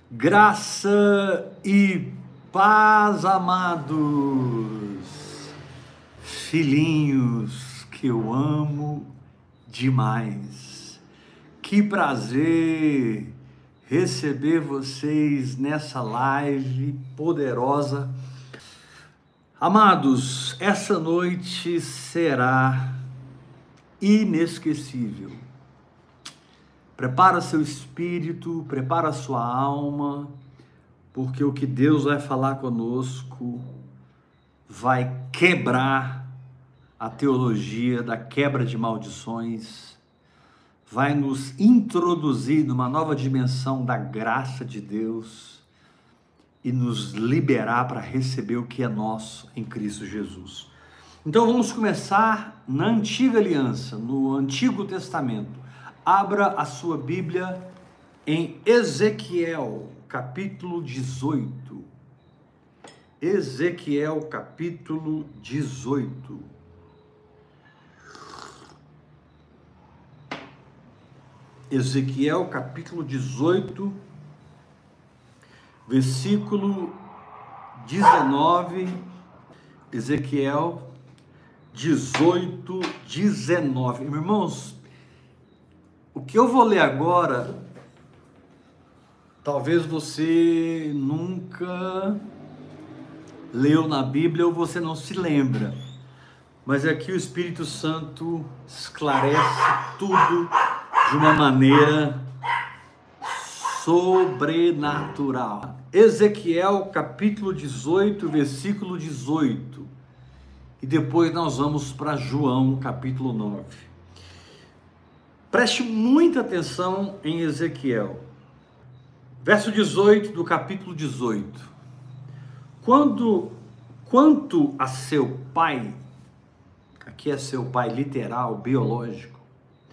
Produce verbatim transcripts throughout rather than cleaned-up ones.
Graça e paz, amados, filhinhos que eu amo demais. Que prazer receber vocês nessa live poderosa. Amados, essa noite será inesquecível. Prepara seu espírito, prepara sua alma, porque o que Deus vai falar conosco vai quebrar a teologia da quebra de maldições, vai nos introduzir numa nova dimensão da graça de Deus e nos liberar para receber o que é nosso em Cristo Jesus. Então vamos começar na Antiga Aliança, no Antigo Testamento. Abra a sua Bíblia em Ezequiel, capítulo dezoito. Ezequiel, capítulo dezoito. Ezequiel, capítulo dezoito, versículo dezenove. Ezequiel dezoito, dezenove. Irmãos, o que eu vou ler agora, talvez você nunca leu na Bíblia ou você não se lembra, mas aqui o Espírito Santo esclarece tudo de uma maneira sobrenatural. Ezequiel capítulo dezoito, versículo dezoito, e depois nós vamos para João capítulo nove. Preste muita atenção em Ezequiel, verso dezoito do capítulo dezoito. Quando, quanto a seu pai, aqui é seu pai literal, biológico,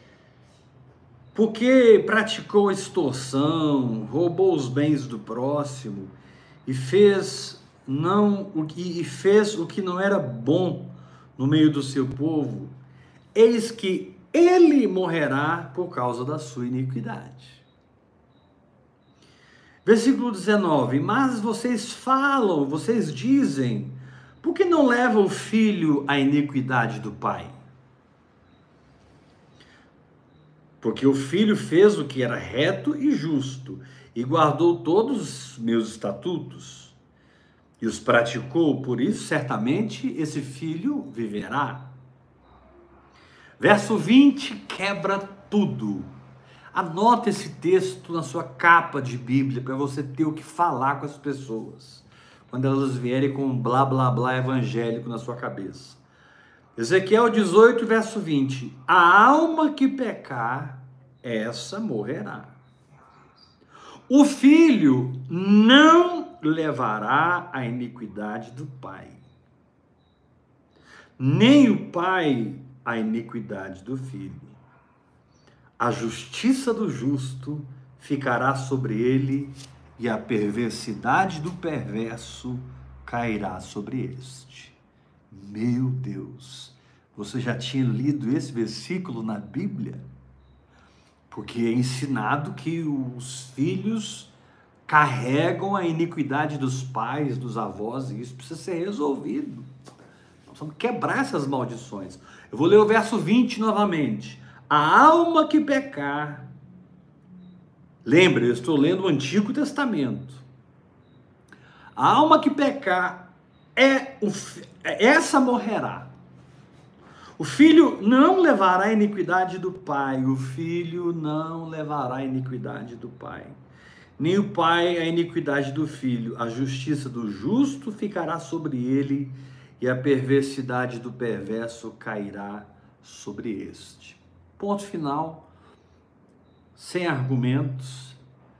porque praticou extorsão, roubou os bens do próximo e fez, não, o que, e fez o que não era bom no meio do seu povo, eis que ele morrerá por causa da sua iniquidade. Versículo dezenove, mas vocês falam, vocês dizem, por que não leva o filho à iniquidade do pai? Porque o filho fez o que era reto e justo, e guardou todos os meus estatutos, e os praticou, por isso certamente esse filho viverá. Verso vinte, quebra tudo. Anota esse texto na sua capa de Bíblia, para você ter o que falar com as pessoas, quando elas vierem com um blá blá blá evangélico na sua cabeça. Ezequiel dezoito, verso vinte, a alma que pecar, essa morrerá. O filho não levará a iniquidade do pai, nem o pai a iniquidade do filho. A justiça do justo ficará sobre ele, e a perversidade do perverso cairá sobre este. Meu Deus, você já tinha lido esse versículo na Bíblia? Porque é ensinado que os filhos carregam a iniquidade dos pais, dos avós, e isso precisa ser resolvido. Nós vamos quebrar essas maldições. Eu vou ler o verso vinte novamente. A alma que pecar, lembre, eu estou lendo o Antigo Testamento. A alma que pecar, é o, essa morrerá. O filho não levará a iniquidade do pai, o filho não levará a iniquidade do pai, nem o pai a iniquidade do filho. A justiça do justo ficará sobre ele, e a perversidade do perverso cairá sobre este. Ponto final, sem argumentos.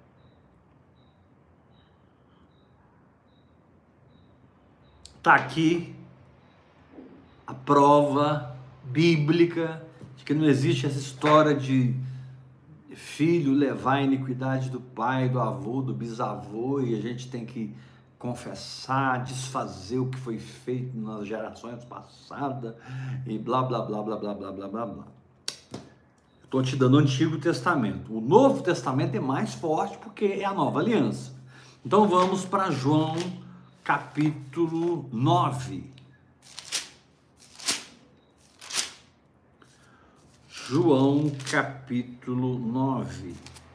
Está aqui a prova bíblica de que não existe essa história de filho levar a iniquidade do pai, do avô, do bisavô, e a gente tem que confessar, desfazer o que foi feito nas gerações passadas, e blá, blá, blá, blá, blá, blá, blá, blá, blá. Estou te dando o Antigo Testamento. O Novo Testamento é mais forte porque é a nova aliança. Então vamos para João capítulo nove. João capítulo nove.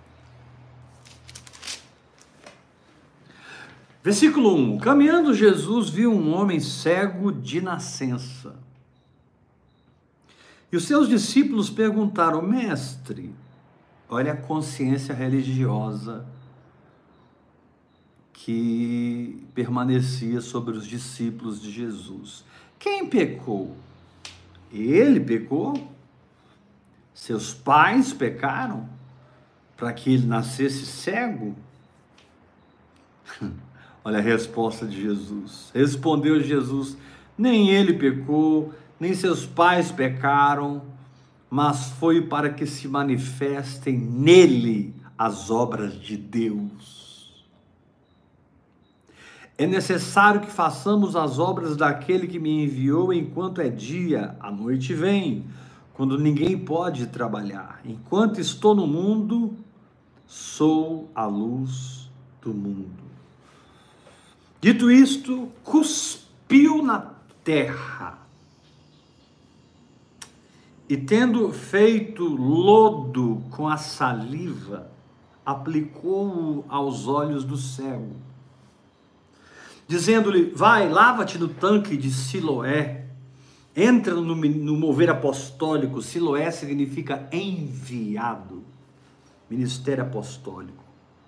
Versículo um. Caminhando Jesus viu um homem cego de nascença. E os seus discípulos perguntaram: mestre, olha a consciência religiosa que permanecia sobre os discípulos de Jesus. Quem pecou? Ele pecou? Seus pais pecaram para que ele nascesse cego? Olha a resposta de Jesus. Respondeu Jesus: nem ele pecou, nem seus pais pecaram, mas foi para que se manifestem nele as obras de Deus. É necessário que façamos as obras daquele que me enviou enquanto é dia, a noite vem, quando ninguém pode trabalhar. Enquanto estou no mundo, sou a luz do mundo. Dito isto, cuspiu na terra e, tendo feito lodo com a saliva, aplicou-o aos olhos do cego, dizendo-lhe: vai, lava-te no tanque de Siloé. Entra no, no mover apostólico. Siloé significa enviado, ministério apostólico.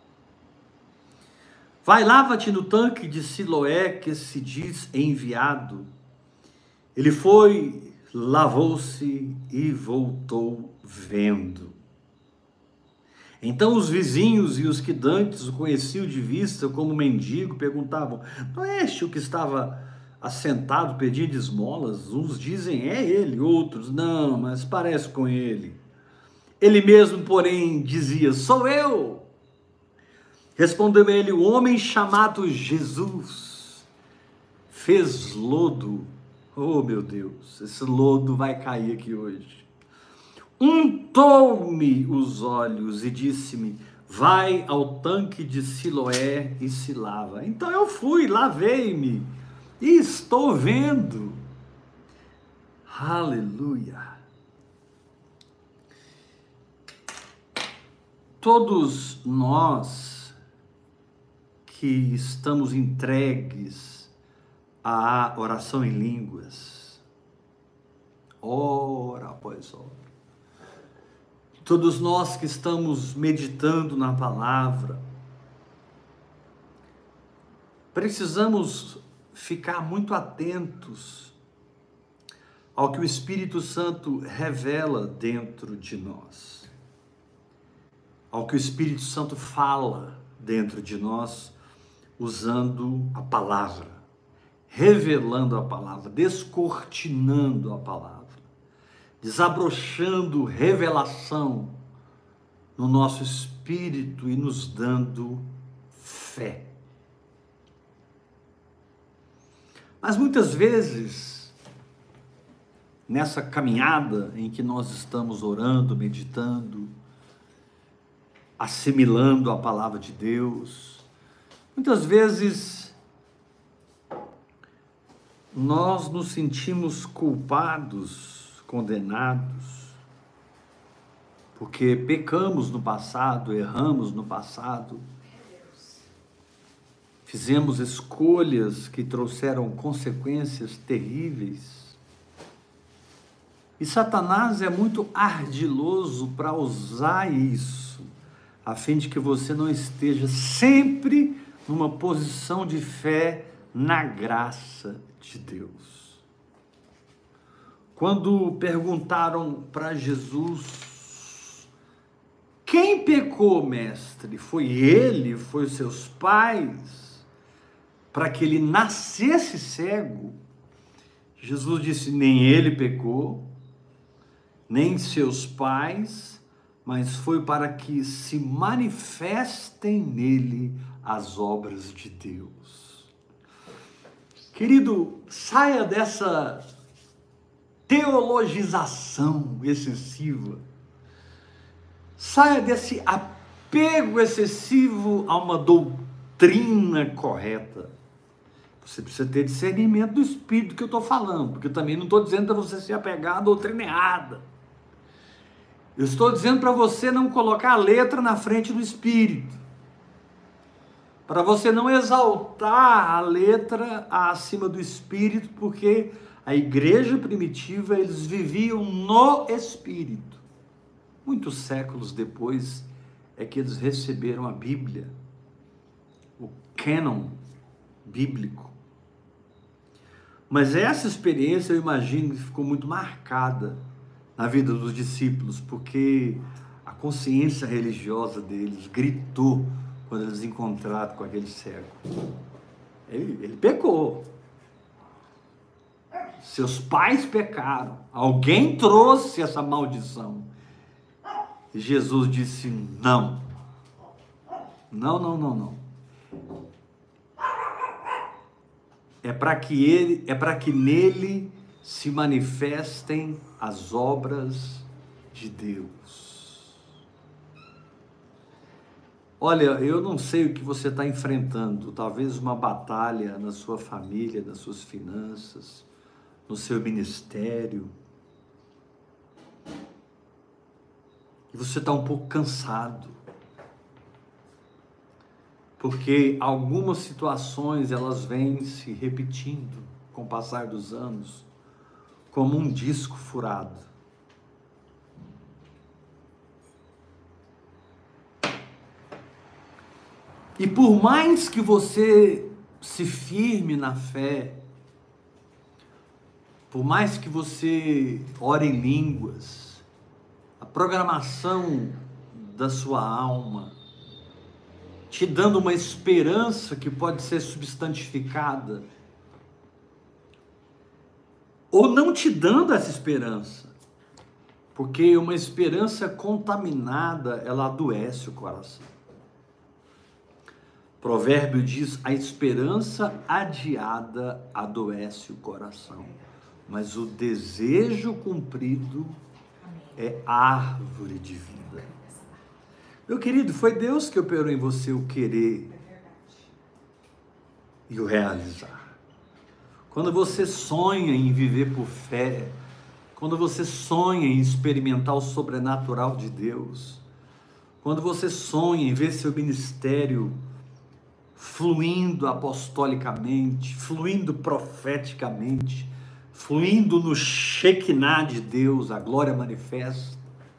Vai, lava-te no tanque de Siloé, que se diz enviado. Ele foi, lavou-se e voltou vendo. Então os vizinhos e os que dantes o conheciam de vista como mendigo perguntavam: não é este o que estava assentado pedindo esmolas? Uns dizem: é ele, outros: não, mas parece com ele. Ele mesmo, porém, dizia: sou eu. Respondeu ele: o homem chamado Jesus fez lodo. Oh meu Deus, esse lodo vai cair aqui hoje. Untou-me os olhos e disse-me: vai ao tanque de Siloé e se lava. Então eu fui, lavei-me e estou vendo. Aleluia. Todos nós que estamos entregues à oração em línguas, ora após ora, todos nós que estamos meditando na palavra, precisamos ficar muito atentos ao que o Espírito Santo revela dentro de nós, ao que o Espírito Santo fala dentro de nós, usando a palavra, revelando a palavra, descortinando a palavra, desabrochando revelação no nosso espírito e nos dando fé. Mas muitas vezes, nessa caminhada em que nós estamos orando, meditando, assimilando a palavra de Deus, muitas vezes nós nos sentimos culpados, condenados, porque pecamos no passado, erramos no passado, fizemos escolhas que trouxeram consequências terríveis. E Satanás é muito ardiloso para usar isso, a fim de que você não esteja sempre numa posição de fé na graça de Deus. Quando perguntaram para Jesus: quem pecou, mestre? Foi ele? Foi os seus pais? Para que ele nascesse cego? Jesus disse: nem ele pecou, nem seus pais, mas foi para que se manifestem nele as obras de Deus. Querido, saia dessa teologização excessiva, saia desse apego excessivo a uma doutrina, doutrina correta. Você precisa ter discernimento do espírito que eu estou falando, porque eu também não estou dizendo para você se apegar à doutrina errada. Eu estou dizendo para você não colocar a letra na frente do espírito, para você não exaltar a letra acima do espírito, porque a igreja primitiva, eles viviam no espírito. Muitos séculos depois é que eles receberam a Bíblia, o cânon bíblico. Mas essa experiência, eu imagino que ficou muito marcada na vida dos discípulos, porque a consciência religiosa deles gritou quando eles encontraram com aquele cego. Ele, ele pecou. Seus pais pecaram. Alguém trouxe essa maldição. E Jesus disse: não. Não, não, não, não. É para que ele, é para que nele se manifestem as obras de Deus. Olha, eu não sei o que você está enfrentando, talvez uma batalha na sua família, nas suas finanças, no seu ministério. E você está um pouco cansado. Porque algumas situações, elas vêm se repetindo com o passar dos anos, como um disco furado. E por mais que você se firme na fé, por mais que você ore em línguas, a programação da sua alma, te dando uma esperança que pode ser substantificada, ou não te dando essa esperança, porque uma esperança contaminada, ela adoece o coração. Provérbio diz: a esperança adiada adoece o coração, mas o desejo cumprido é árvore de vida. Meu querido, foi Deus que operou em você o querer e o realizar. Quando você sonha em viver por fé, quando você sonha em experimentar o sobrenatural de Deus, quando você sonha em ver seu ministério fluindo apostolicamente, fluindo profeticamente, fluindo no Shekinah de Deus, a glória manifesta,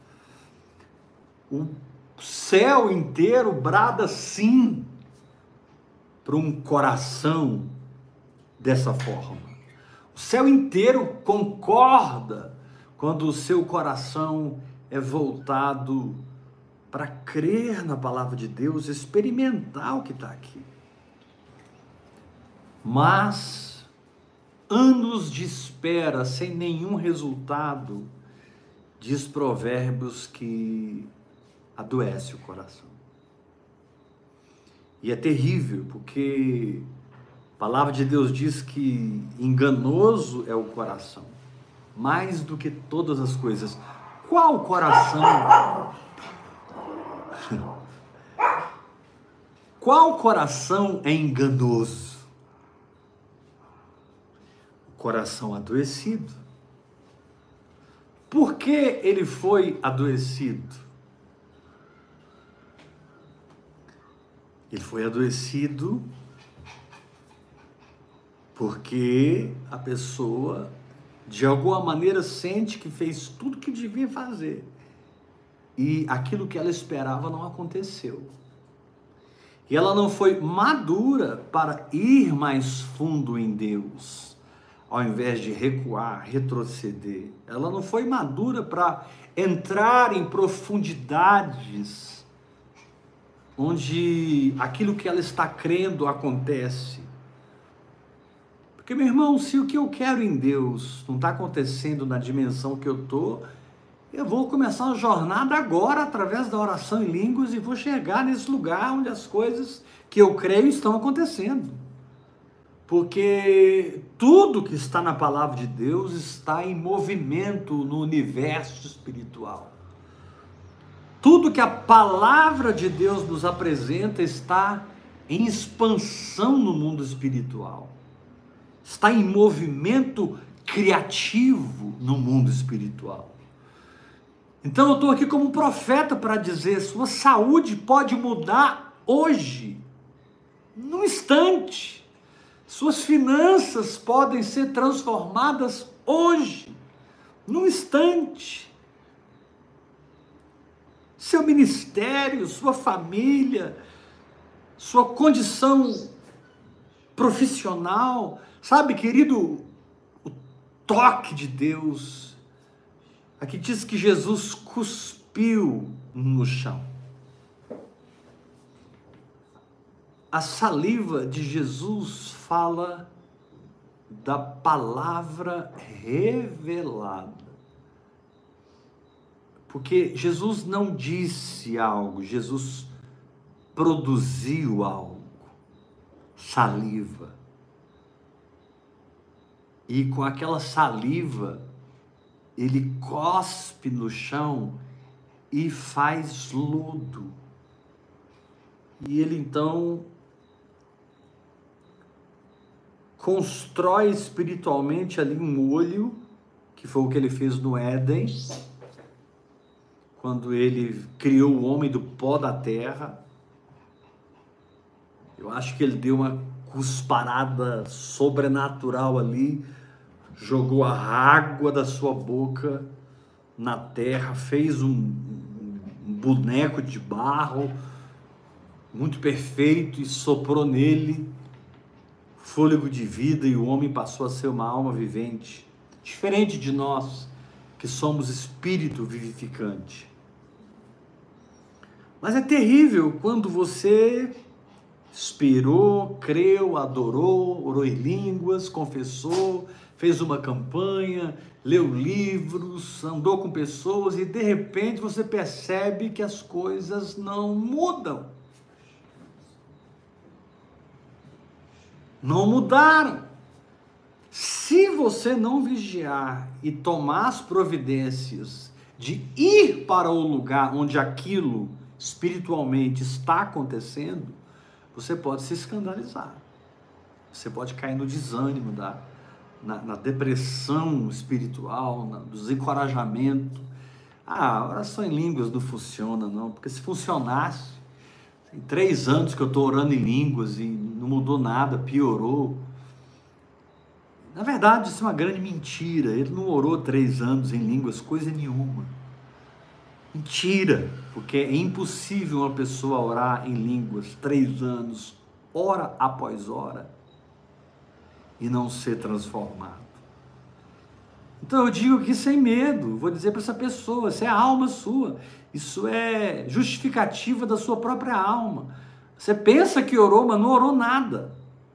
o céu inteiro brada sim para um coração dessa forma. O céu inteiro concorda quando o seu coração é voltado para crer na palavra de Deus, experimentar o que está aqui. Mas anos de espera sem nenhum resultado, diz Provérbios que adoece o coração. E é terrível, porque a palavra de Deus diz que enganoso é o coração, mais do que todas as coisas. Qual coração? Qual coração é enganoso? O coração adoecido. Por que ele foi adoecido? Ele foi adoecido porque a pessoa, de alguma maneira, sente que fez tudo que devia fazer e aquilo que ela esperava não aconteceu. E ela não foi madura para ir mais fundo em Deus, ao invés de recuar, retroceder. Ela não foi madura para entrar em profundidades onde aquilo que ela está crendo acontece. Porque, meu irmão, se o que eu quero em Deus não está acontecendo na dimensão que eu estou, eu vou começar uma jornada agora, através da oração em línguas, e vou chegar nesse lugar onde as coisas que eu creio estão acontecendo. Porque tudo que está na palavra de Deus está em movimento no universo espiritual. Tudo que a palavra de Deus nos apresenta está em expansão no mundo espiritual, está em movimento criativo no mundo espiritual. Então eu estou aqui como um profeta para dizer: sua saúde pode mudar hoje, num instante. Suas finanças podem ser transformadas hoje, num instante. Seu ministério, sua família, sua condição profissional, sabe, querido, o toque de Deus. Aqui diz que Jesus cuspiu no chão. A saliva de Jesus fala da palavra revelada. Porque Jesus não disse algo, Jesus produziu algo. Saliva. E com aquela saliva, ele cospe no chão e faz lodo. E ele então constrói espiritualmente ali um olho, que foi o que ele fez no Éden, quando ele criou o homem do pó da terra. Eu acho que ele deu uma cusparada sobrenatural ali, jogou a água da sua boca na terra, fez um, um boneco de barro muito perfeito e soprou nele fôlego de vida, e o homem passou a ser uma alma vivente, diferente de nós que somos espírito vivificante. Mas é terrível quando você esperou, creu, adorou, orou em línguas, confessou, fez uma campanha, leu livros, andou com pessoas e de repente você percebe que as coisas não mudam. Não mudaram. Se você não vigiar e tomar as providências de ir para o lugar onde aquilo espiritualmente está acontecendo, você pode se escandalizar. Você pode cair no desânimo, da, na, na depressão espiritual, na, no desencorajamento. Ah, a oração em línguas não funciona não, porque se funcionasse, tem três anos que eu estou orando em línguas e não mudou nada, piorou. Na verdade, isso é uma grande mentira. Ele não orou três anos em línguas, coisa nenhuma. Mentira, porque é impossível uma pessoa orar em línguas três anos, hora após hora, e não ser transformado. Então eu digo aqui sem medo, vou dizer para essa pessoa: isso é a alma sua, isso é justificativa da sua própria alma. Você pensa que orou, mas não orou nada.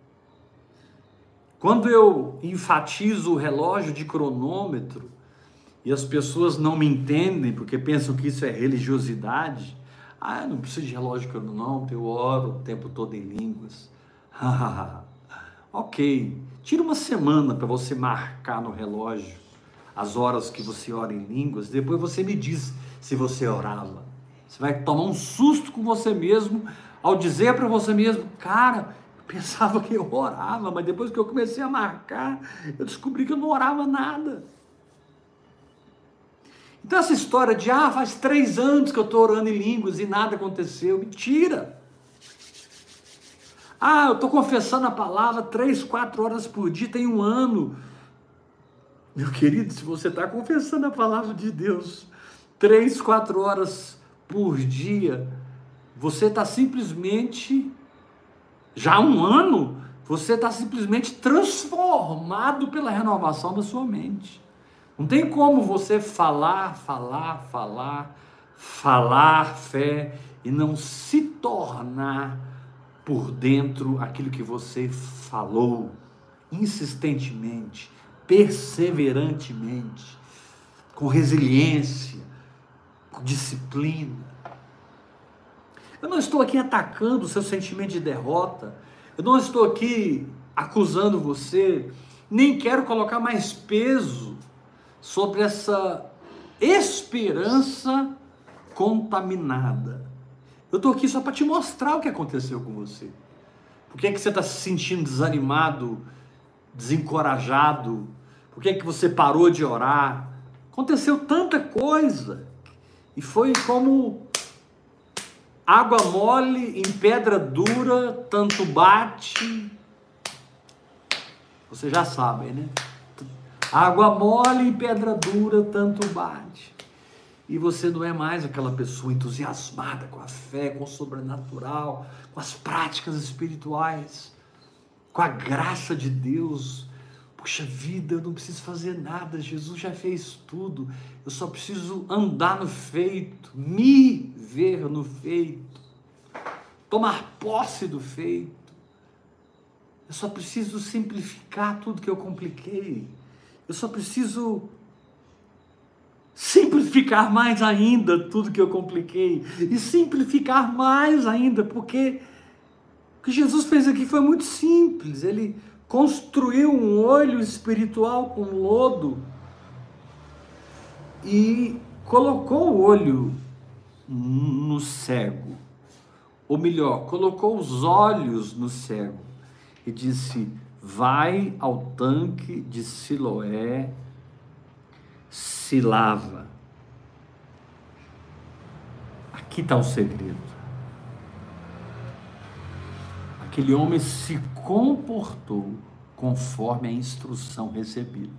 Quando eu enfatizo o relógio de cronômetro, e as pessoas não me entendem, porque pensam que isso é religiosidade, ah, não preciso de relógio de cronômetro, eu oro o tempo todo em línguas. Ok, tira uma semana para você marcar no relógio as horas que você ora em línguas, depois você me diz se você orava. Você vai tomar um susto com você mesmo, ao dizer para você mesmo: cara, eu pensava que eu orava, mas depois que eu comecei a marcar, eu descobri que eu não orava nada. Então essa história de, ah, faz três anos que eu estou orando em línguas e nada aconteceu, mentira. Ah, eu estou confessando a palavra três, quatro horas por dia, tem um ano. Meu querido, se você está confessando a palavra de Deus três, quatro horas por dia, você está simplesmente, já há um ano, você está simplesmente transformado pela renovação da sua mente. Não tem como você falar, falar, falar, falar fé e não se tornar por dentro aquilo que você falou insistentemente, perseverantemente, com resiliência, com disciplina. Eu não estou aqui atacando o seu sentimento de derrota, eu não estou aqui acusando você, nem quero colocar mais peso sobre essa esperança contaminada. Eu estou aqui só para te mostrar o que aconteceu com você. Por que é que você está se sentindo desanimado, desencorajado? Por que é que você parou de orar? Aconteceu tanta coisa. E foi como água mole em pedra dura, tanto bate. Vocês já sabem, né? Água mole em pedra dura, tanto bate. E você não é mais aquela pessoa entusiasmada com a fé, com o sobrenatural, com as práticas espirituais, com a graça de Deus. Puxa vida, eu não preciso fazer nada, Jesus já fez tudo, eu só preciso andar no feito, me ver no feito, tomar posse do feito. Eu só preciso simplificar tudo que eu compliquei, eu só preciso simplificar mais ainda tudo que eu compliquei, e simplificar mais ainda, porque o que Jesus fez aqui foi muito simples. Ele construiu um olho espiritual com lodo e colocou o olho no cego, ou melhor, colocou os olhos no cego e disse: vai ao tanque de Siloé, se lava. Aqui está o segredo. Aquele homem se comportou conforme a instrução recebida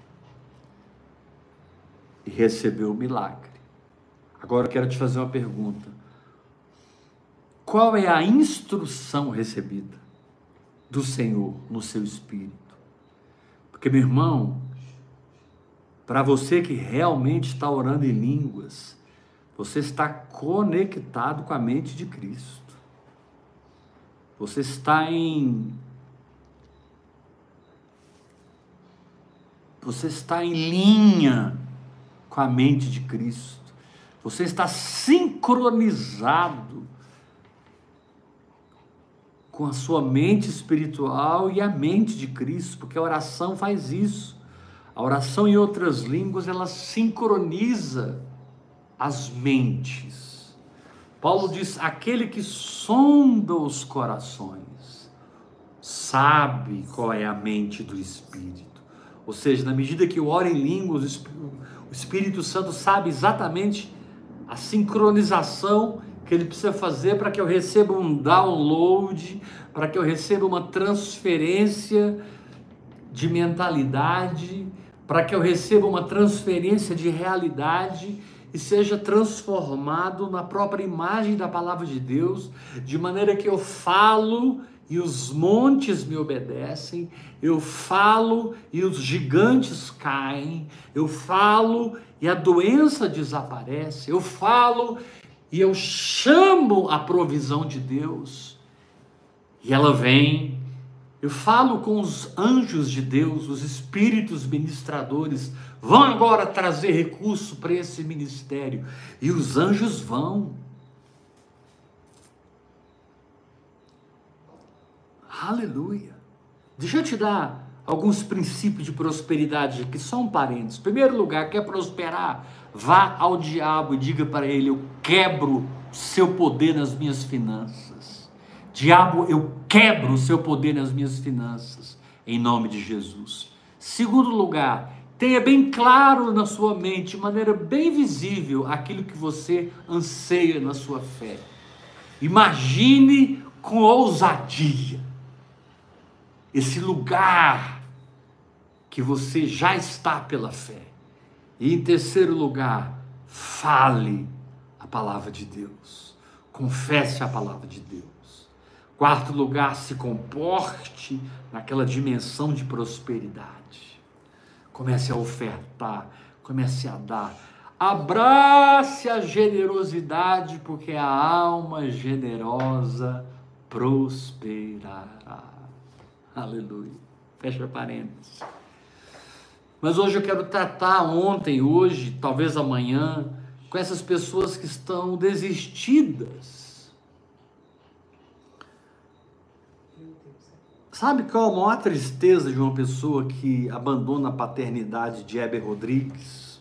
e recebeu o milagre. Agora eu quero te fazer uma pergunta: qual é a instrução recebida do Senhor no seu espírito? Porque, meu irmão, para você que realmente está orando em línguas, você está conectado com a mente de Cristo. Você está em Você está em linha com a mente de Cristo. Você está sincronizado com a sua mente espiritual e a mente de Cristo, porque a oração faz isso. A oração em outras línguas, ela sincroniza as mentes. Paulo diz: aquele que sonda os corações sabe qual é a mente do Espírito. Ou seja, na medida que eu oro em línguas, o Espírito Santo sabe exatamente a sincronização que ele precisa fazer para que eu receba um download, para que eu receba uma transferência de mentalidade, para que eu receba uma transferência de realidade e seja transformado na própria imagem da palavra de Deus, de maneira que eu falo e os montes me obedecem, eu falo e os gigantes caem, eu falo e a doença desaparece, eu falo e eu chamo a provisão de Deus e ela vem. Eu falo com os anjos de Deus, os espíritos ministradores vão agora trazer recurso para esse ministério, e os anjos vão. Aleluia. Deixa eu te dar alguns princípios de prosperidade aqui, só um parênteses. Em primeiro lugar, quer prosperar? Vá ao diabo e diga para ele: eu quebro seu poder nas minhas finanças. Diabo, eu quebro o seu poder nas minhas finanças, em nome de Jesus. Segundo lugar, tenha bem claro na sua mente, de maneira bem visível, aquilo que você anseia na sua fé. Imagine com ousadia esse lugar que você já está pela fé. E em terceiro lugar, fale a palavra de Deus, confesse a palavra de Deus. Quarto lugar, se comporte naquela dimensão de prosperidade. Comece a ofertar, comece a dar. Abrace a generosidade, porque a alma generosa prosperará. Aleluia. Fecha parênteses. Mas hoje eu quero tratar, ontem, hoje, talvez amanhã, com essas pessoas que estão desistidas. Sabe qual a maior tristeza de uma pessoa que abandona a paternidade de Heber Rodrigues?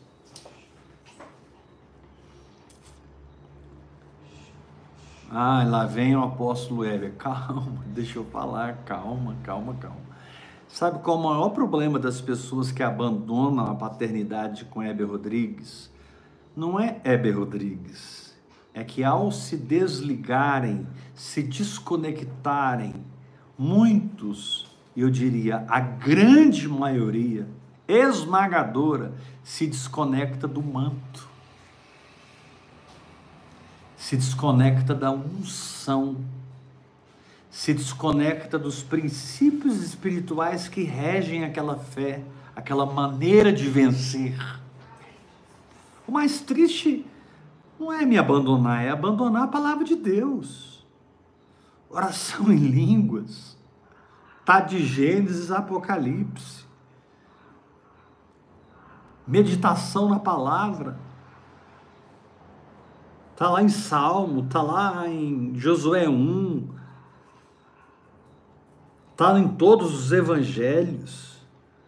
Ah, lá vem o apóstolo Heber. Calma, deixa eu falar. Calma, calma, calma. Sabe qual é o maior problema das pessoas que abandonam a paternidade com Heber Rodrigues? Não é Heber Rodrigues. É que ao se desligarem, se desconectarem, muitos, eu diria, a grande maioria, esmagadora, se desconecta do manto. Se desconecta da unção. Se desconecta dos princípios espirituais que regem aquela fé, aquela maneira de vencer. O mais triste não é me abandonar, é abandonar a palavra de Deus. Oração em línguas, tá de Gênesis a Apocalipse. Meditação na palavra, tá lá em Salmo, tá lá em Josué um, tá em todos os evangelhos.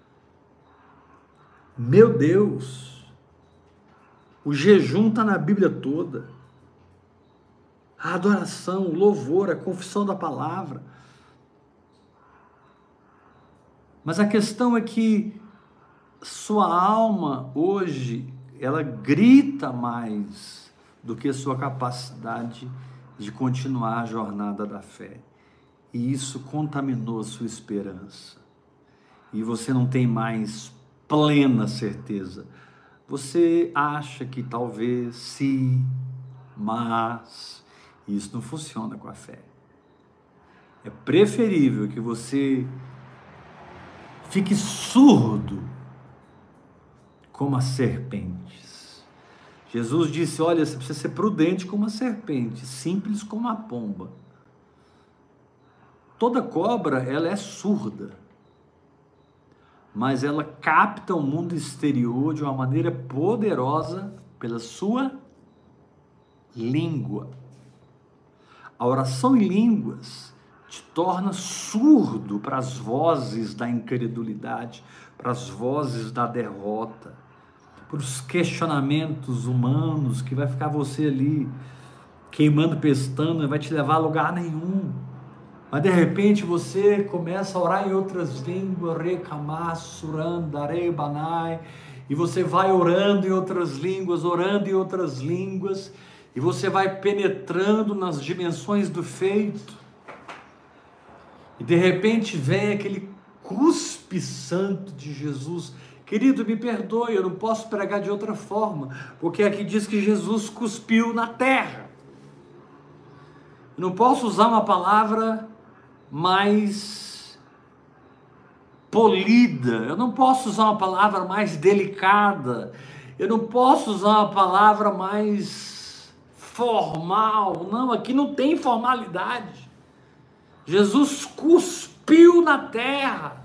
Meu Deus, o jejum está na Bíblia toda. A adoração, o louvor, a confissão da palavra. Mas a questão é que sua alma hoje, ela grita mais do que sua capacidade de continuar a jornada da fé. E isso contaminou a sua esperança. E você não tem mais plena certeza. Você acha que talvez sim, mas isso não funciona com a fé. É preferível que você fique surdo como as serpentes. Jesus disse, olha, você precisa ser prudente como a serpente, simples como a pomba. Toda cobra, ela é surda, mas ela capta o mundo exterior de uma maneira poderosa pela sua língua. A oração em línguas te torna surdo para as vozes da incredulidade, para as vozes da derrota, para os questionamentos humanos que vai ficar você ali queimando pestana, vai te levar a lugar nenhum. Mas de repente você começa a orar em outras línguas, e você vai orando em outras línguas, orando em outras línguas, e você vai penetrando nas dimensões do feito, e de repente vem aquele cuspe santo de Jesus. Querido, me perdoe, eu não posso pregar de outra forma, porque aqui diz que Jesus cuspiu na terra. Eu não posso usar uma palavra mais polida, eu não posso usar uma palavra mais delicada, eu não posso usar uma palavra mais formal. Não, aqui não tem formalidade. Jesus cuspiu na terra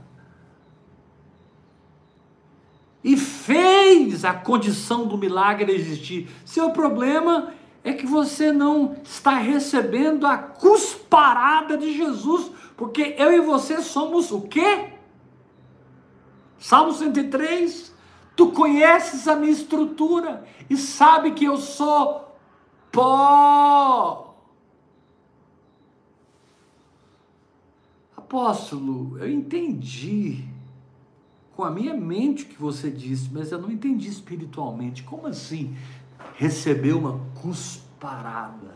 e fez a condição do milagre existir. Seu problema é que você não está recebendo a cusparada de Jesus, porque eu e você somos o quê? Salmo cento e três, tu conheces a minha estrutura e sabe que eu sou pó. Apóstolo, eu entendi com a minha mente o que você disse, mas eu não entendi espiritualmente. Como assim receber uma cusparada?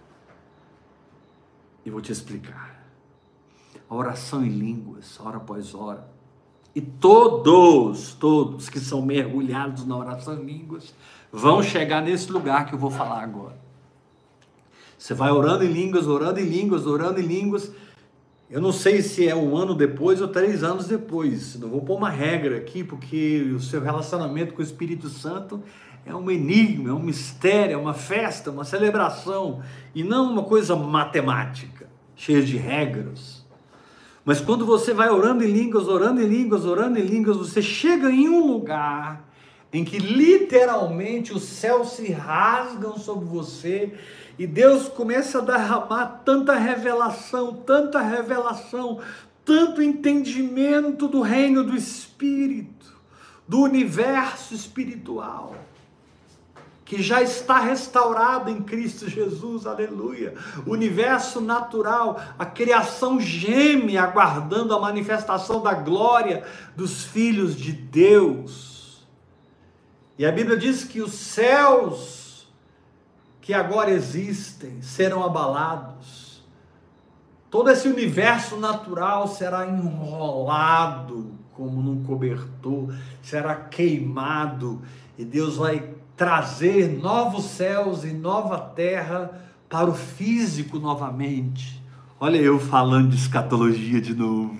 Eu vou te explicar. A oração em línguas, hora após hora, e todos, todos que são mergulhados na oração em línguas, vão chegar nesse lugar que eu vou falar agora. Você vai orando em línguas, orando em línguas, orando em línguas. Eu não sei se é um ano depois ou três anos depois. Não vou pôr uma regra aqui, porque o seu relacionamento com o Espírito Santo é um enigma, é um mistério, é uma festa, uma celebração, e não uma coisa matemática, cheia de regras. Mas quando você vai orando em línguas, orando em línguas, orando em línguas, você chega em um lugar em que literalmente os céus se rasgam sobre você, e Deus começa a derramar tanta revelação, tanta revelação, tanto entendimento do reino do Espírito, do universo espiritual, que já está restaurado em Cristo Jesus, aleluia. O universo natural, a criação geme aguardando a manifestação da glória dos filhos de Deus. E a Bíblia diz que os céus que agora existem serão abalados. Todo esse universo natural será enrolado como num cobertor, será queimado, e Deus vai trazer novos céus e nova terra para o físico novamente. Olha eu falando de escatologia de novo.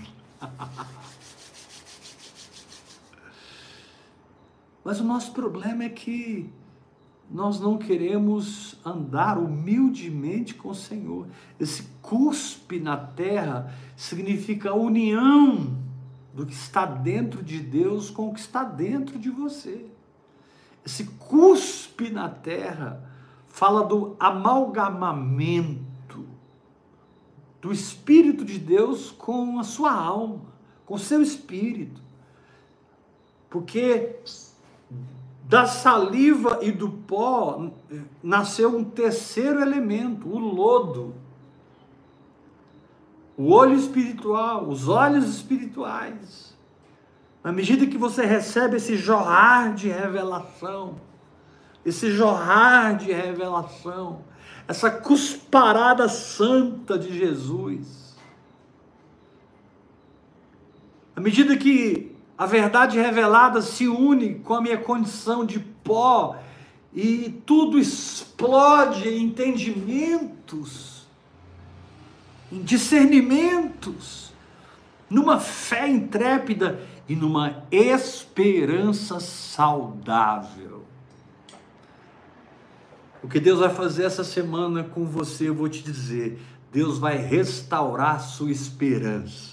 Mas o nosso problema é que nós não queremos andar humildemente com o Senhor. Esse cuspe na terra significa a união do que está dentro de Deus com o que está dentro de você. Esse cuspe na terra fala do amalgamamento do Espírito de Deus com a sua alma, com o seu espírito. Porque da saliva e do pó nasceu um terceiro elemento, o lodo. O olho espiritual, os olhos espirituais. Na medida que você recebe esse jorrar de revelação, esse jorrar de revelação, essa cusparada santa de Jesus, à medida que a verdade revelada se une com a minha condição de pó e tudo explode em entendimentos, em discernimentos, numa fé intrépida e numa esperança saudável. O que Deus vai fazer essa semana com você, eu vou te dizer, Deus vai restaurar sua esperança.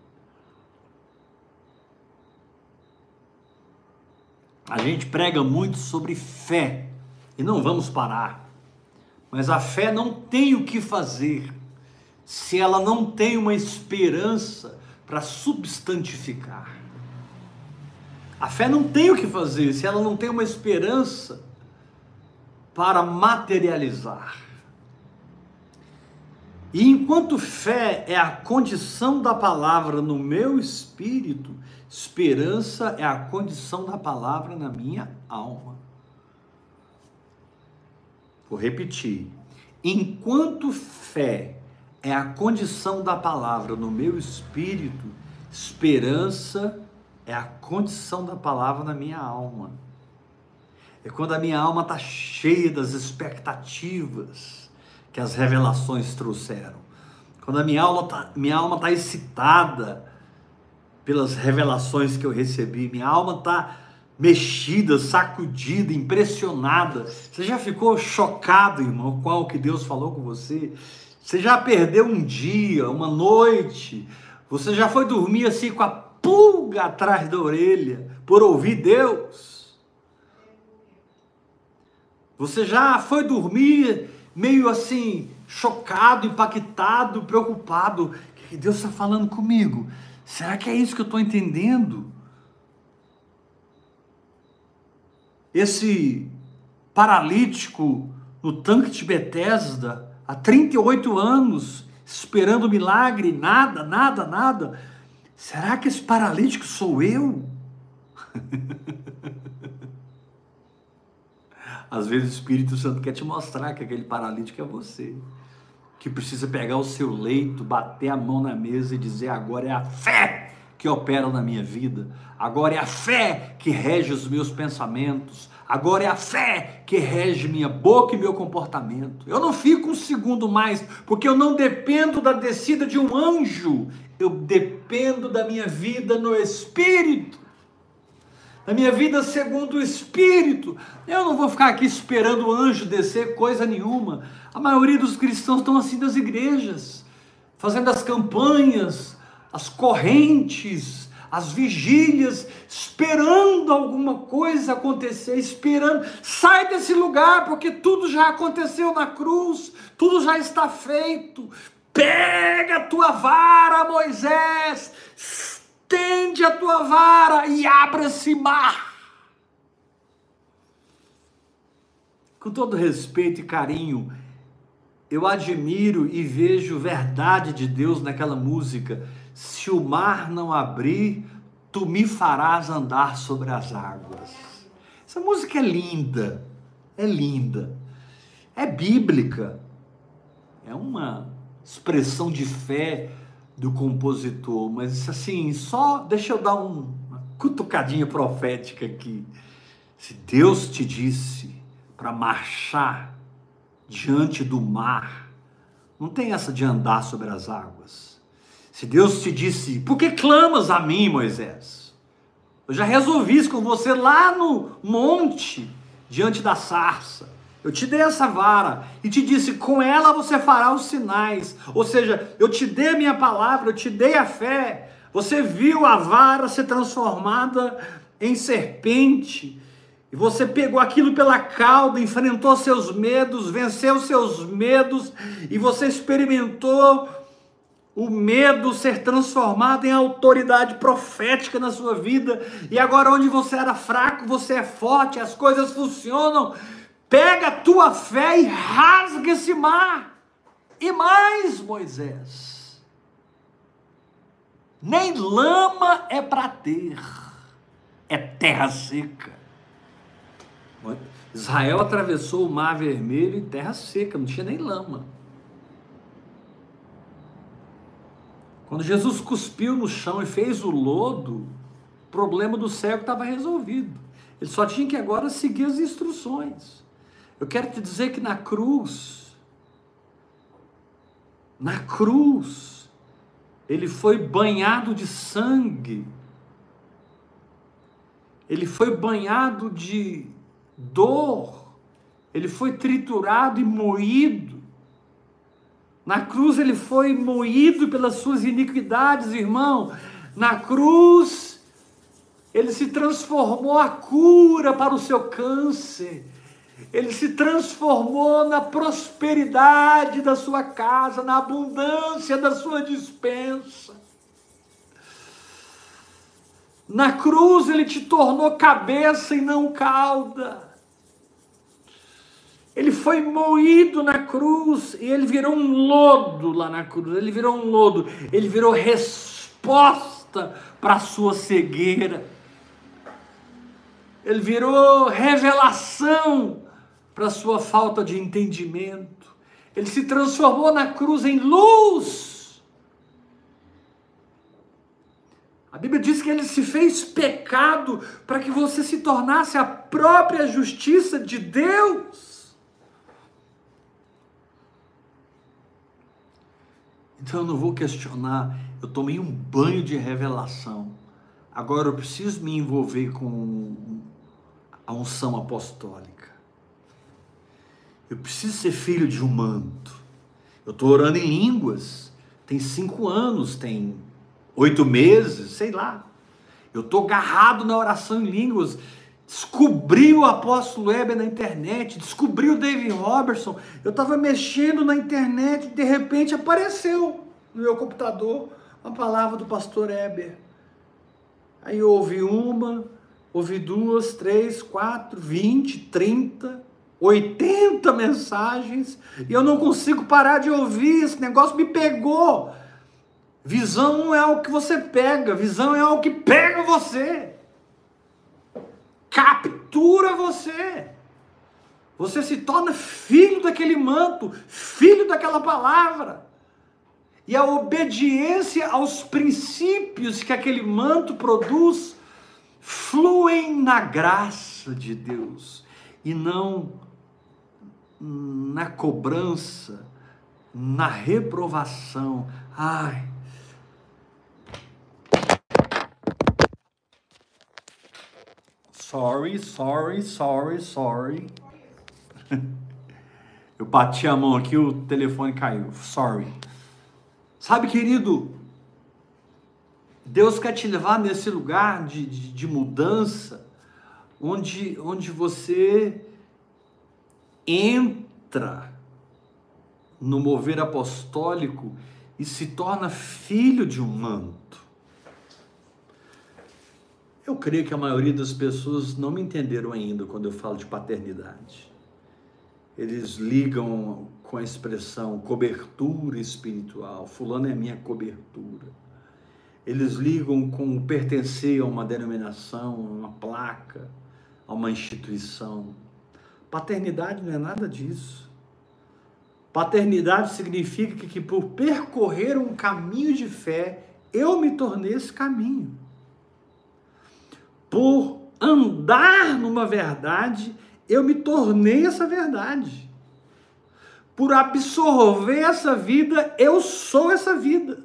A gente prega muito sobre fé, e não vamos parar, mas a fé não tem o que fazer se ela não tem uma esperança para substantificar. A fé não tem o que fazer se ela não tem uma esperança para materializar. E enquanto fé é a condição da palavra no meu espírito, esperança é a condição da palavra na minha alma. Vou repetir. Enquanto fé é a condição da palavra no meu espírito, esperança é a condição da palavra na minha alma. É quando a minha alma está cheia das expectativas que as revelações trouxeram. Quando a minha alma está minha alma tá excitada pelas revelações que eu recebi. Minha alma está mexida, sacudida, impressionada. Você já ficou chocado, irmão, com o que Deus falou com você? Você já perdeu um dia, uma noite? Você já foi dormir assim com a pulga atrás da orelha por ouvir Deus? Você já foi dormir meio assim, chocado, impactado, preocupado? O que Deus está falando comigo? Será que é isso que eu estou entendendo? Esse paralítico no tanque de Betesda, há trinta e oito anos, esperando milagre, nada, nada, nada. Será que esse paralítico sou eu? Às vezes o Espírito Santo quer te mostrar que aquele paralítico é você, que precisa pegar o seu leito, bater a mão na mesa e dizer: agora é a fé que opera na minha vida, agora é a fé que rege os meus pensamentos, agora é a fé que rege minha boca e meu comportamento. Eu não fico um segundo mais, porque eu não dependo da descida de um anjo, eu dependo da minha vida no Espírito, da minha vida segundo o Espírito. Eu não vou ficar aqui esperando o anjo descer coisa nenhuma. A maioria dos cristãos estão assim das igrejas, fazendo as campanhas, as correntes, as vigílias, esperando alguma coisa acontecer, esperando. Sai desse lugar, porque tudo já aconteceu na cruz, tudo já está feito. Pega a tua vara, Moisés, estende a tua vara e abra-se mar. Com todo respeito e carinho, eu admiro e vejo verdade de Deus naquela música. Se o mar não abrir, tu me farás andar sobre as águas. Essa música é linda, é linda, é bíblica, é uma expressão de fé do compositor, mas assim, só deixa eu dar um, uma cutucadinha profética aqui. Se Deus te disse para marchar diante do mar, não tem essa de andar sobre as águas. Se Deus te disse, por que clamas a mim, Moisés? Eu já resolvi isso com você lá no monte, diante da sarça. Eu te dei essa vara e te disse, com ela você fará os sinais. Ou seja, eu te dei a minha palavra, eu te dei a fé. Você viu a vara ser transformada em serpente. E você pegou aquilo pela cauda, enfrentou seus medos, venceu seus medos. E você experimentou o medo ser transformado em autoridade profética na sua vida. E agora onde você era fraco, você é forte, as coisas funcionam. Pega a tua fé e rasga esse mar. E mais, Moisés, nem lama é para ter, é terra seca. Israel atravessou o Mar Vermelho em terra seca, não tinha nem lama. Quando Jesus cuspiu no chão e fez o lodo, o problema do cego estava resolvido. Ele só tinha que agora seguir as instruções. Eu quero te dizer que na cruz, na cruz, ele foi banhado de sangue, ele foi banhado de dor, ele foi triturado e moído. Na cruz ele foi moído pelas suas iniquidades, irmão. Na cruz ele se transformou a cura para o seu câncer. Ele se transformou na prosperidade da sua casa, na abundância da sua despensa. Na cruz ele te tornou cabeça e não cauda. Ele foi moído na cruz e ele virou um lodo lá na cruz. Ele virou um lodo, ele virou resposta para a sua cegueira. Ele virou revelação para a sua falta de entendimento. Ele se transformou na cruz em luz. A Bíblia diz que ele se fez pecado para que você se tornasse a própria justiça de Deus. Então eu não vou questionar, eu tomei um banho de revelação. Agora eu preciso me envolver com a unção apostólica. Eu preciso ser filho de um manto. Eu estou orando em línguas. Tem cinco anos, tem oito meses, sei lá. Eu estou agarrado na oração em línguas. Descobri o apóstolo Heber na internet. Descobri o David Robertson. Eu estava mexendo na internet e de repente apareceu no meu computador uma palavra do pastor Heber. Aí eu ouvi uma, ouvi duas, três, quatro, vinte, trinta... oitenta mensagens, e eu não consigo parar de ouvir, esse negócio me pegou. Visão não é algo que você pega, visão é algo que pega você, captura você, você se torna filho daquele manto, filho daquela palavra, e a obediência aos princípios que aquele manto produz, fluem na graça de Deus, e não na cobrança, na reprovação. Ai. Sorry, sorry, sorry, sorry. Eu bati a mão aqui, o telefone caiu. Sorry. Sabe, querido, Deus quer te levar nesse lugar de, de, de mudança, onde, onde você entra no mover apostólico e se torna filho de um manto. Eu creio que a maioria das pessoas não me entenderam ainda quando eu falo de paternidade. eles ligam com a expressão cobertura espiritual. Fulano é minha cobertura. Eles ligam com pertencer a uma denominação, a uma placa, a uma instituição. Paternidade não é nada disso. Paternidade significa que, que por percorrer um caminho de fé, eu me tornei esse caminho. Por andar numa verdade, eu me tornei essa verdade. Por absorver essa vida, eu sou essa vida.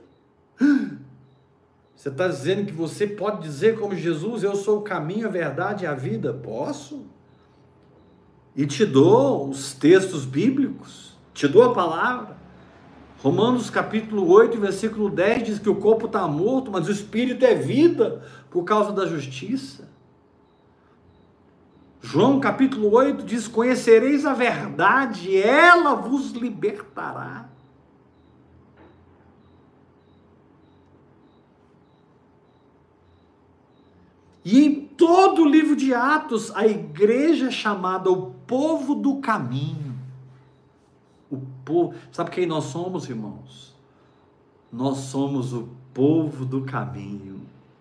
Você está dizendo que você pode dizer como Jesus, eu sou o caminho, a verdade e a vida? Posso. E te dou os textos bíblicos, te dou a palavra. Romanos capítulo oito, versículo dez, diz que o corpo está morto, mas o espírito é vida por causa da justiça. João capítulo oito diz, conhecereis a verdade, ela vos libertará. E em todo o livro de Atos, a igreja é chamada o povo do caminho. O povo, sabe quem nós somos, irmãos? Nós somos o povo do caminho.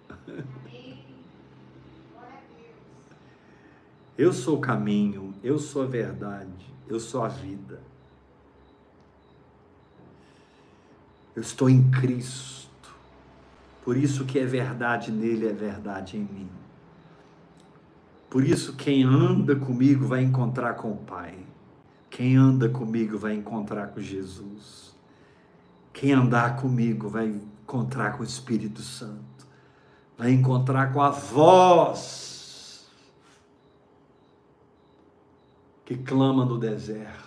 Eu sou o caminho, eu sou a verdade, eu sou a vida. Eu estou em Cristo. Por isso que é verdade nele, é verdade em mim. Por isso quem anda comigo vai encontrar com o Pai. Quem anda comigo vai encontrar com Jesus. Quem andar comigo vai encontrar com o Espírito Santo. Vai encontrar com a voz que clama no deserto.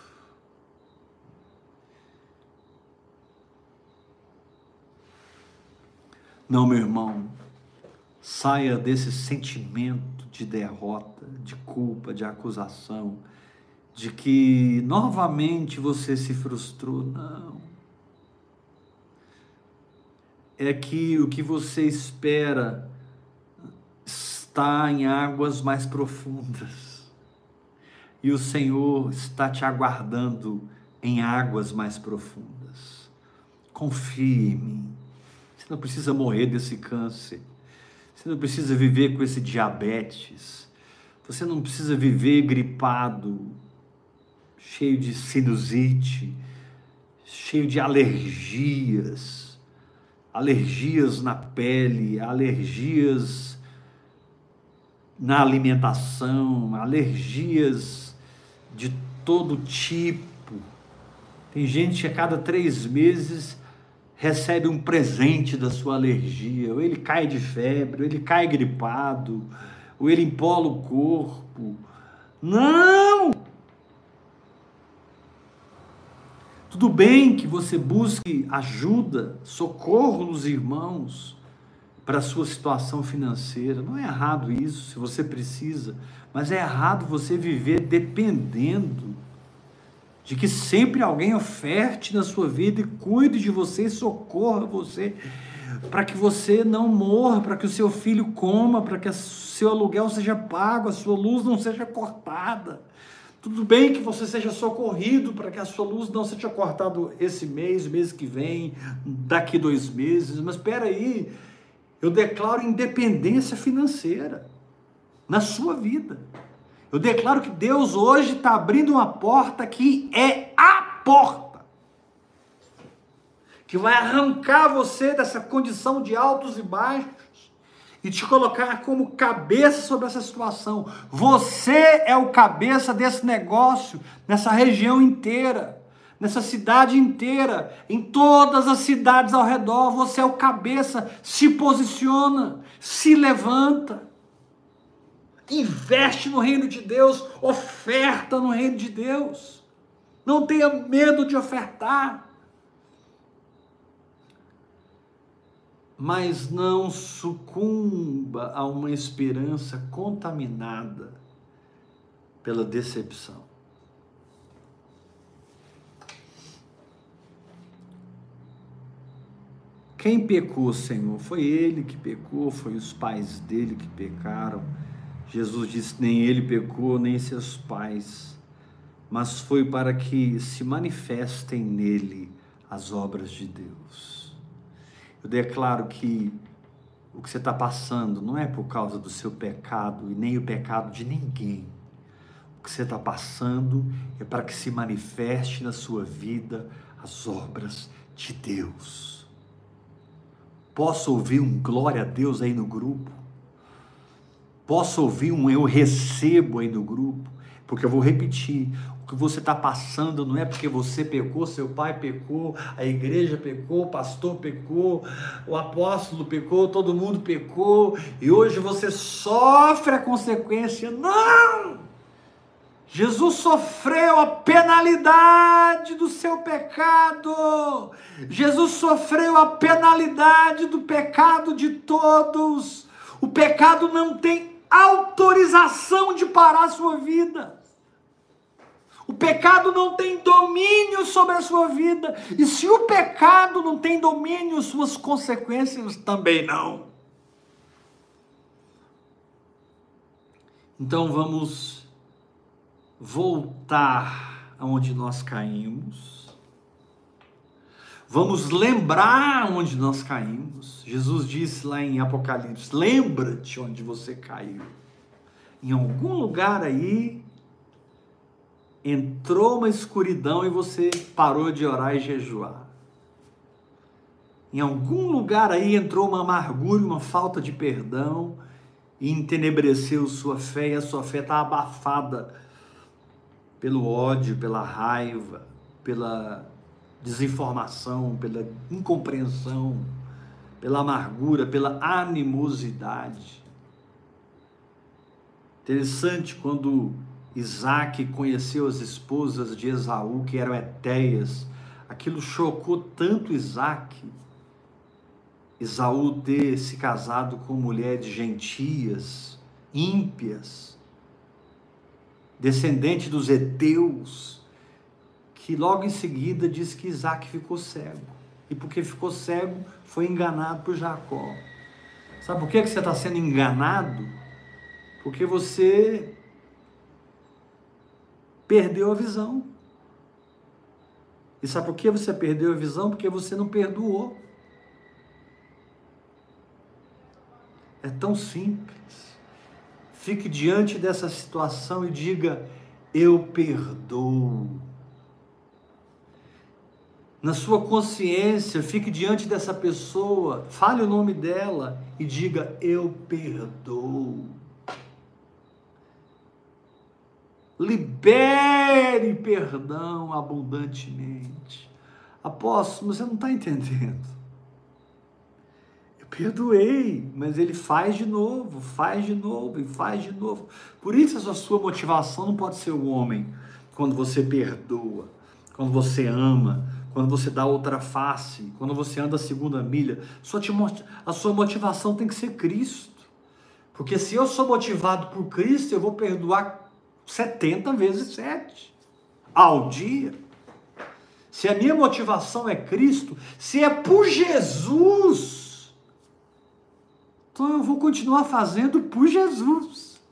Não, meu irmão, saia desse sentimento de derrota, de culpa, de acusação, de que novamente você se frustrou. Não. É que o que você espera está em águas mais profundas. E o Senhor está te aguardando em águas mais profundas. Confie em mim. Você não precisa morrer desse câncer. Você não precisa viver com esse diabetes. Você não precisa viver gripado, cheio de sinusite, cheio de alergias, alergias na pele, alergias na alimentação, alergias de todo tipo. Tem gente que a cada três meses recebe um presente da sua alergia, ou ele cai de febre, ou ele cai gripado, ou ele empola o corpo. Não! Tudo bem que você busque ajuda, socorro nos irmãos para a sua situação financeira. Não é errado isso, se você precisa, mas é errado você viver dependendo de que sempre alguém oferte na sua vida e cuide de você e socorra você, para que você não morra, para que o seu filho coma, para que o seu aluguel seja pago, a sua luz não seja cortada. Tudo bem que você seja socorrido para que a sua luz não seja cortada esse mês, mês que vem, daqui dois meses, mas espera aí, eu declaro independência financeira na sua vida. Eu declaro que Deus hoje está abrindo uma porta que é a porta, que vai arrancar você dessa condição de altos e baixos e te colocar como cabeça sobre essa situação. Você é o cabeça desse negócio, nessa região inteira, nessa cidade inteira, em todas as cidades ao redor. Você é o cabeça, se posiciona, se levanta. Investe no reino de Deus, oferta no reino de Deus. Não tenha medo de ofertar. Mas não sucumba a uma esperança contaminada pela decepção. Quem pecou, Senhor? Foi ele que pecou, foi os pais dele que pecaram. Jesus disse, nem ele pecou, nem seus pais, mas foi para que se manifestem nele as obras de Deus. Eu declaro que o que você está passando não é por causa do seu pecado e nem o pecado de ninguém. O que você está passando é para que se manifeste na sua vida as obras de Deus. Posso ouvir um glória a Deus aí no grupo? Posso ouvir um eu recebo aí no grupo? Porque eu vou repetir, o que você está passando não é porque você pecou, seu pai pecou, a igreja pecou, o pastor pecou, o apóstolo pecou, todo mundo pecou, e hoje você sofre a consequência. Não! Jesus sofreu a penalidade do seu pecado. Jesus sofreu a penalidade do pecado de todos. O pecado não tem autorização de parar a sua vida. O pecado não tem domínio sobre a sua vida. E se o pecado não tem domínio, suas consequências também não. Então vamos voltar aonde nós caímos. Vamos lembrar onde nós caímos. Jesus disse lá em Apocalipse: lembra-te onde você caiu. Em algum lugar aí entrou uma escuridão e você parou de orar e jejuar. Em algum lugar aí entrou uma amargura, uma falta de perdão e entenebreceu sua fé, e a sua fé está abafada pelo ódio, pela raiva, pela desinformação, pela incompreensão, pela amargura, pela animosidade. Interessante, quando Isaac conheceu as esposas de Esaú, que eram hetéias, aquilo chocou tanto Isaac, Esaú ter se casado com mulheres gentias, ímpias, descendente dos heteus, que logo em seguida diz que Isaac ficou cego. E porque ficou cego, foi enganado por Jacó. Sabe por que você está sendo enganado? Porque você perdeu a visão. E sabe por que você perdeu a visão? Porque você não perdoou. É tão simples. Fique diante dessa situação e diga: eu perdoo. Na sua consciência, fique diante dessa pessoa, fale o nome dela e diga: eu perdoo. Libere perdão abundantemente. Apóstolo, você não está entendendo. Eu perdoei, mas ele faz de novo, faz de novo e faz de novo. Por isso a sua motivação não pode ser o homem. Quando você perdoa, quando você ama, quando você dá outra face, quando você anda a segunda milha, a sua motivação tem que ser Cristo. Porque se eu sou motivado por Cristo, eu vou perdoar setenta vezes sete ao dia. Se a minha motivação é Cristo, se é por Jesus, então eu vou continuar fazendo por Jesus.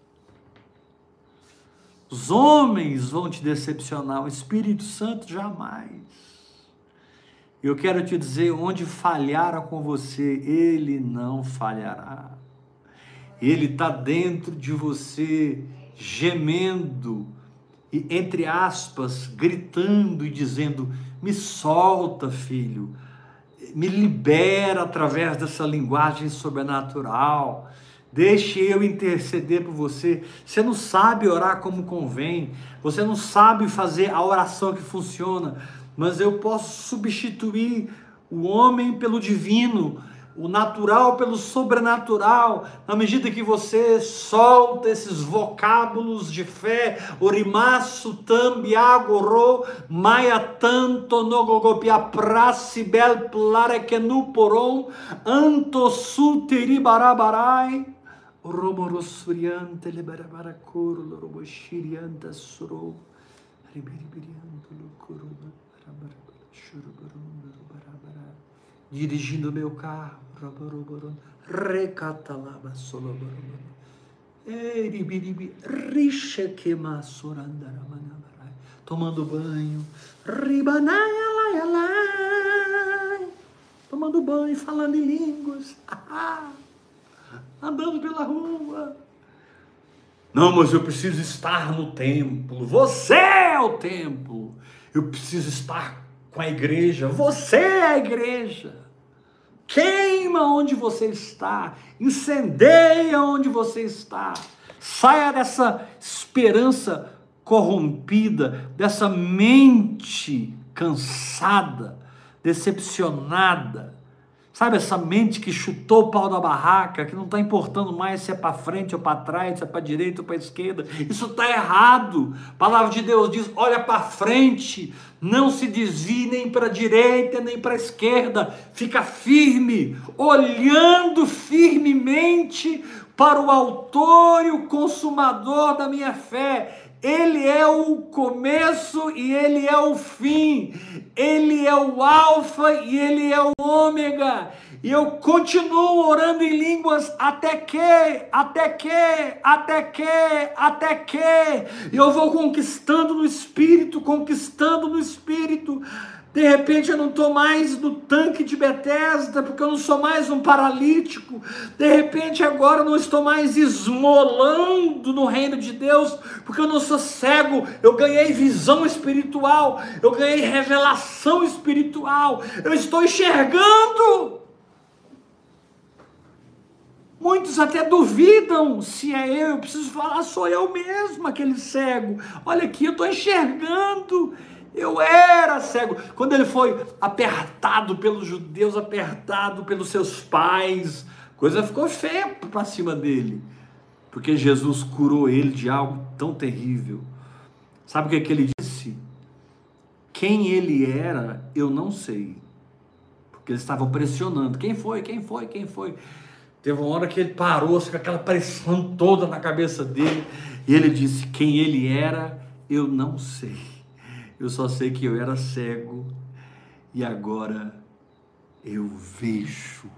Os homens vão te decepcionar, o Espírito Santo jamais. Eu quero te dizer, onde falharam com você, ele não falhará. Ele está dentro de você, gemendo e, entre aspas, gritando e dizendo: me solta, filho, me libera através dessa linguagem sobrenatural, deixe eu interceder por você. Você não sabe orar como convém, você não sabe fazer a oração que funciona, mas eu posso substituir o homem pelo divino, o natural pelo sobrenatural, na medida que você solta esses vocábulos de fé: orimaço, tambi, agorô, maia, tanto, nogogopia, pracibel, plarequenu, porom, antosu, teribarabarai, romorossuriante, liberabaracuro, loroboshirianta, suro, ribiribirianto, lucuru, dirigindo meu carro, recatalaba soloboro, tomando banho, tomando banho, falando em línguas, andando pela rua. Não, mas eu preciso estar no templo. Você é o templo. Eu preciso estar com a igreja. Você é a igreja. Queima onde você está. Incendeia onde você está. Saia dessa esperança corrompida, dessa mente cansada, decepcionada. Sabe, essa mente que chutou o pau da barraca, que não está importando mais se é para frente ou para trás, se é para direita ou para esquerda. Isso está errado. A palavra de Deus diz, olha para frente, não se desvie nem para a direita nem para a esquerda. Fica firme, olhando firmemente para o autor e o consumador da minha fé. Ele é o começo e ele é o fim, ele é o alfa e ele é o ômega, e eu continuo orando em línguas até que, até que, até que, até que, eu vou conquistando no Espírito, conquistando no Espírito. De repente eu não estou mais no tanque de Betesda, porque eu não sou mais um paralítico. De repente agora eu não estou mais esmolando no reino de Deus, porque eu não sou cego. Eu ganhei visão espiritual, eu ganhei revelação espiritual, eu estou enxergando. Muitos até duvidam se é eu, eu preciso falar, sou eu mesmo aquele cego. Olha aqui, eu estou enxergando. Eu era cego. Quando ele foi apertado pelos judeus, apertado pelos seus pais, a coisa ficou feia para cima dele, porque Jesus curou ele de algo tão terrível. Sabe o que, é que ele disse? Quem ele era, eu não sei, porque eles estavam pressionando. Quem foi? Quem foi? Quem foi? Teve uma hora que ele parou, com aquela pressão toda na cabeça dele, e ele disse, quem ele era, eu não sei. Eu só sei que eu era cego e agora eu vejo.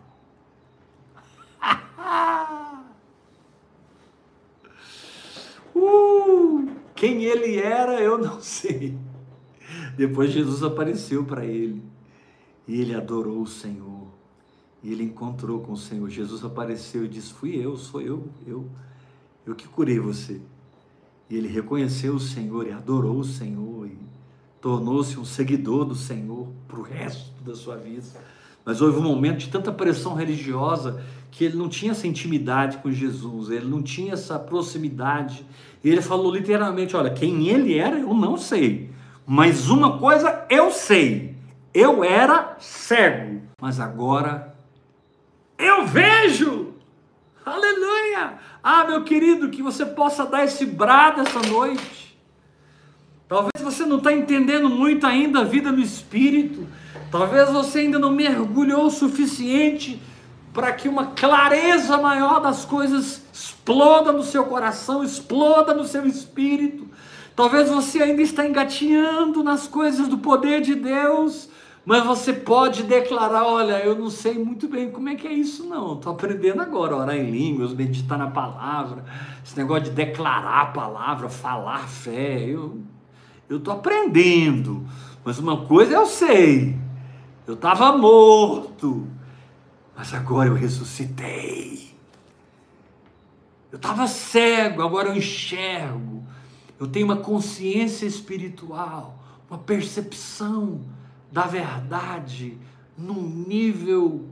uh, quem ele era, eu não sei. Depois Jesus apareceu para ele e ele adorou o Senhor. E ele encontrou com o Senhor. Jesus apareceu e disse, fui eu, sou eu, eu, eu que curei você. E ele reconheceu o Senhor e adorou o Senhor e tornou-se um seguidor do Senhor para o resto da sua vida. Mas houve um momento de tanta pressão religiosa que ele não tinha essa intimidade com Jesus, ele não tinha essa proximidade. E ele falou literalmente, olha, quem ele era eu não sei, mas uma coisa eu sei, eu era cego, mas agora eu vejo. Aleluia! Ah, meu querido, que você possa dar esse brado essa noite. Talvez você não está entendendo muito ainda a vida no Espírito. Talvez você ainda não mergulhou o suficiente para que uma clareza maior das coisas exploda no seu coração, exploda no seu espírito. Talvez você ainda está engatinhando nas coisas do poder de Deus, mas você pode declarar, olha, eu não sei muito bem como é que é isso não, estou aprendendo agora, orar em línguas, meditar na palavra, esse negócio de declarar a palavra, falar fé, eu... Eu estou aprendendo, mas uma coisa eu sei, eu estava morto, mas agora eu ressuscitei. Eu estava cego, agora eu enxergo. Eu tenho uma consciência espiritual, uma percepção da verdade num nível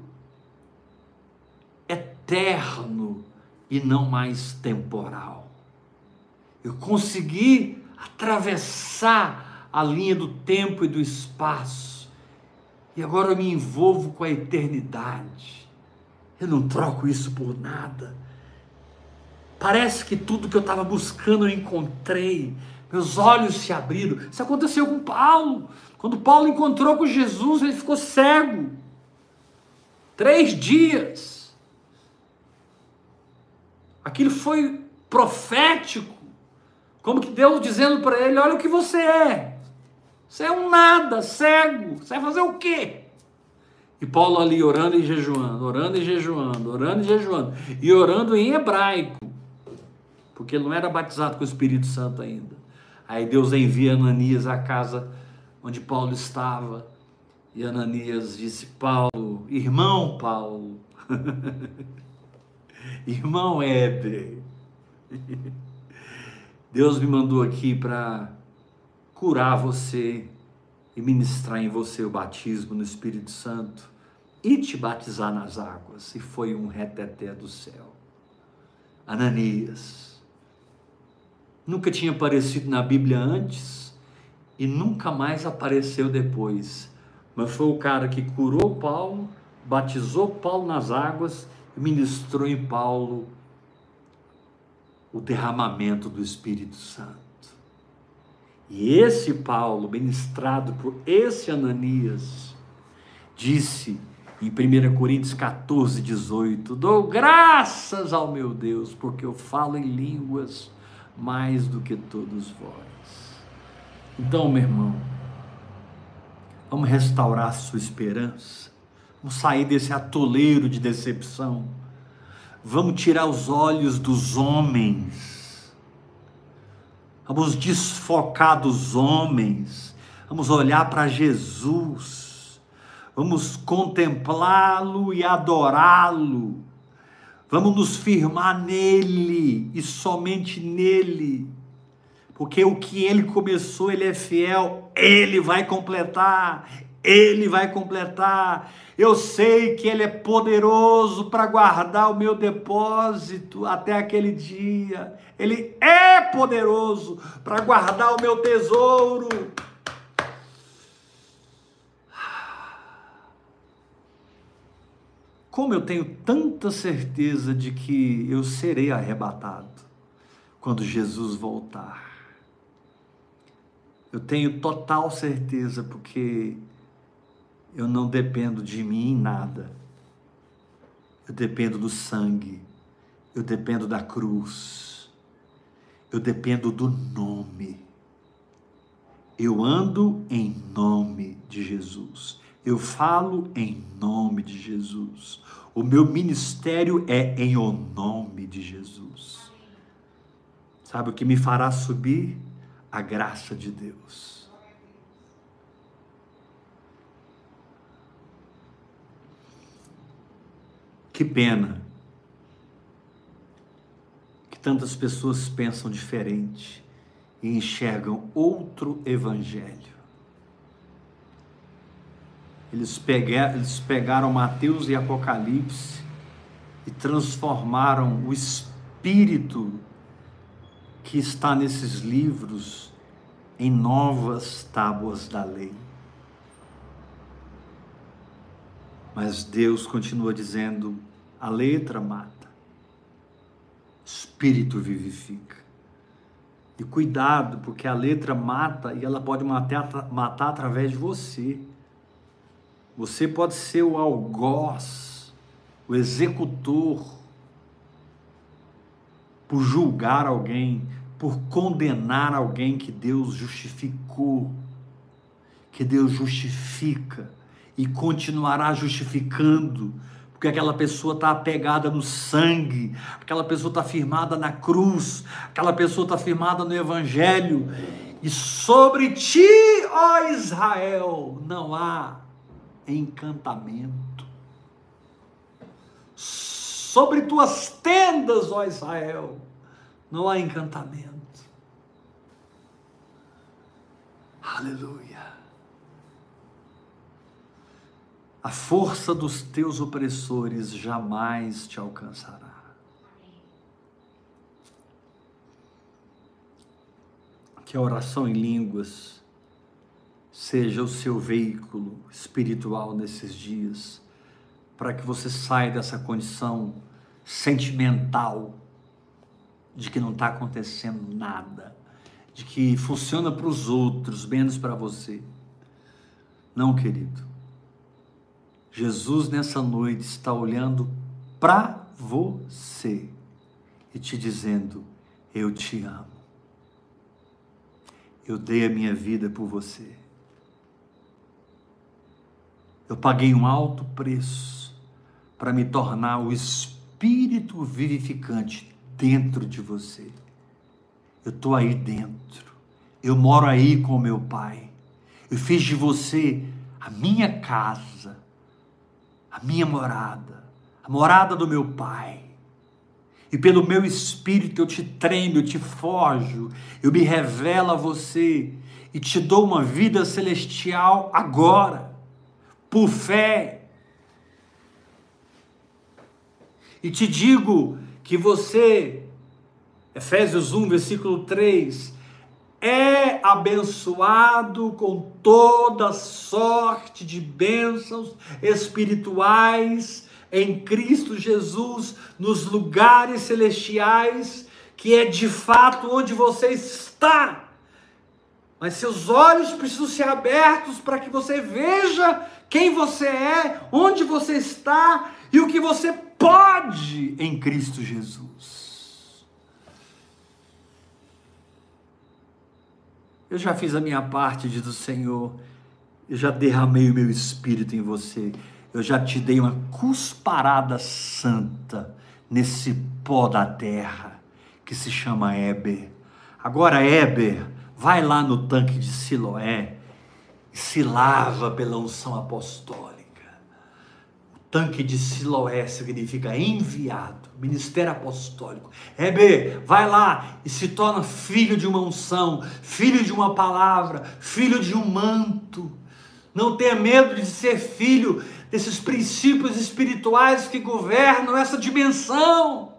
eterno e não mais temporal. Eu consegui atravessar a linha do tempo e do espaço, e agora eu me envolvo com a eternidade. Eu não troco isso por nada. Parece que tudo que eu estava buscando eu encontrei, meus olhos se abriram. Isso aconteceu com Paulo. Quando Paulo encontrou com Jesus, ele ficou cego três dias. Aquilo foi profético, como que Deus dizendo para ele, olha o que você é, você é um nada, cego, você vai fazer o quê? E Paulo ali orando e jejuando, orando e jejuando, orando e jejuando, e orando em hebraico, porque ele não era batizado com o Espírito Santo ainda. Aí Deus envia Ananias à casa onde Paulo estava. E Ananias disse: Paulo, irmão Paulo, irmão Éber, Deus me mandou aqui para curar você e ministrar em você o batismo no Espírito Santo e te batizar nas águas. E foi um reteté do céu. Ananias nunca tinha aparecido na Bíblia antes e nunca mais apareceu depois, mas foi o cara que curou Paulo, batizou Paulo nas águas e ministrou em Paulo o derramamento do Espírito Santo. E esse Paulo, ministrado por esse Ananias, disse em primeira Coríntios quatorze, dezoito, dou graças ao meu Deus, porque eu falo em línguas mais do que todos vós. Então, meu irmão, vamos restaurar a sua esperança, vamos sair desse atoleiro de decepção, vamos tirar os olhos dos homens, vamos desfocar dos homens, vamos olhar para Jesus, vamos contemplá-lo e adorá-lo, vamos nos firmar nele e somente nele, porque o que ele começou, ele é fiel, ele vai completar, ele vai completar. Eu sei que ele é poderoso para guardar o meu depósito até aquele dia, ele é poderoso para guardar o meu tesouro. Como eu tenho tanta certeza de que eu serei arrebatado quando Jesus voltar. Eu tenho total certeza, porque eu não dependo de mim em nada. Eu dependo do sangue, eu dependo da cruz, eu dependo do nome. Eu ando em nome de Jesus. Eu falo em nome de Jesus. O meu ministério é em o nome de Jesus. Sabe o que me fará subir? A graça de Deus. Que pena que tantas pessoas pensam diferente e enxergam outro evangelho. Eles pegaram, eles pegaram Mateus e Apocalipse e transformaram o espírito que está nesses livros em novas tábuas da lei. Mas Deus continua dizendo: a letra mata, espírito vivifica. E cuidado, porque a letra mata e ela pode matar, matar através de você. Você pode ser o algoz, o executor, por julgar alguém, por condenar alguém que Deus justificou, que Deus justifica e continuará justificando, porque aquela pessoa está apegada no sangue, aquela pessoa está firmada na cruz, aquela pessoa está firmada no Evangelho, e sobre ti, ó Israel, não há encantamento. Sobre tuas tendas, ó Israel, não há encantamento. Aleluia. A força dos teus opressores jamais te alcançará. Que a oração em línguas seja o seu veículo espiritual nesses dias, para que você saia dessa condição sentimental de que não está acontecendo nada, de que funciona para os outros, menos para você. Não, querido. Jesus nessa noite está olhando para você e te dizendo: eu te amo. Eu dei a minha vida por você. Eu paguei um alto preço para me tornar o espírito vivificante dentro de você. Eu estou aí dentro. Eu moro aí com meu Pai. Eu fiz de você a minha casa, a minha morada, a morada do meu Pai. E pelo meu Espírito eu te treino, eu te forjo, eu me revelo a você e te dou uma vida celestial agora, por fé. E te digo que você, Efésios um, versículo três, é abençoado com toda sorte de bênçãos espirituais em Cristo Jesus, nos lugares celestiais, que é de fato onde você está. Mas seus olhos precisam ser abertos para que você veja quem você é, onde você está e o que você pode em Cristo Jesus. Eu já fiz a minha parte, diz o Senhor. Eu já derramei o meu espírito em você. Eu já te dei uma cusparada santa nesse pó da terra que se chama Éber. Agora, Éber, vai lá no tanque de Siloé e se lava pela unção apostólica. O tanque de Siloé significa enviado, ministério apostólico. Éber, vai lá e se torna filho de uma unção, filho de uma palavra, filho de um manto. Não tenha medo de ser filho desses princípios espirituais que governam essa dimensão.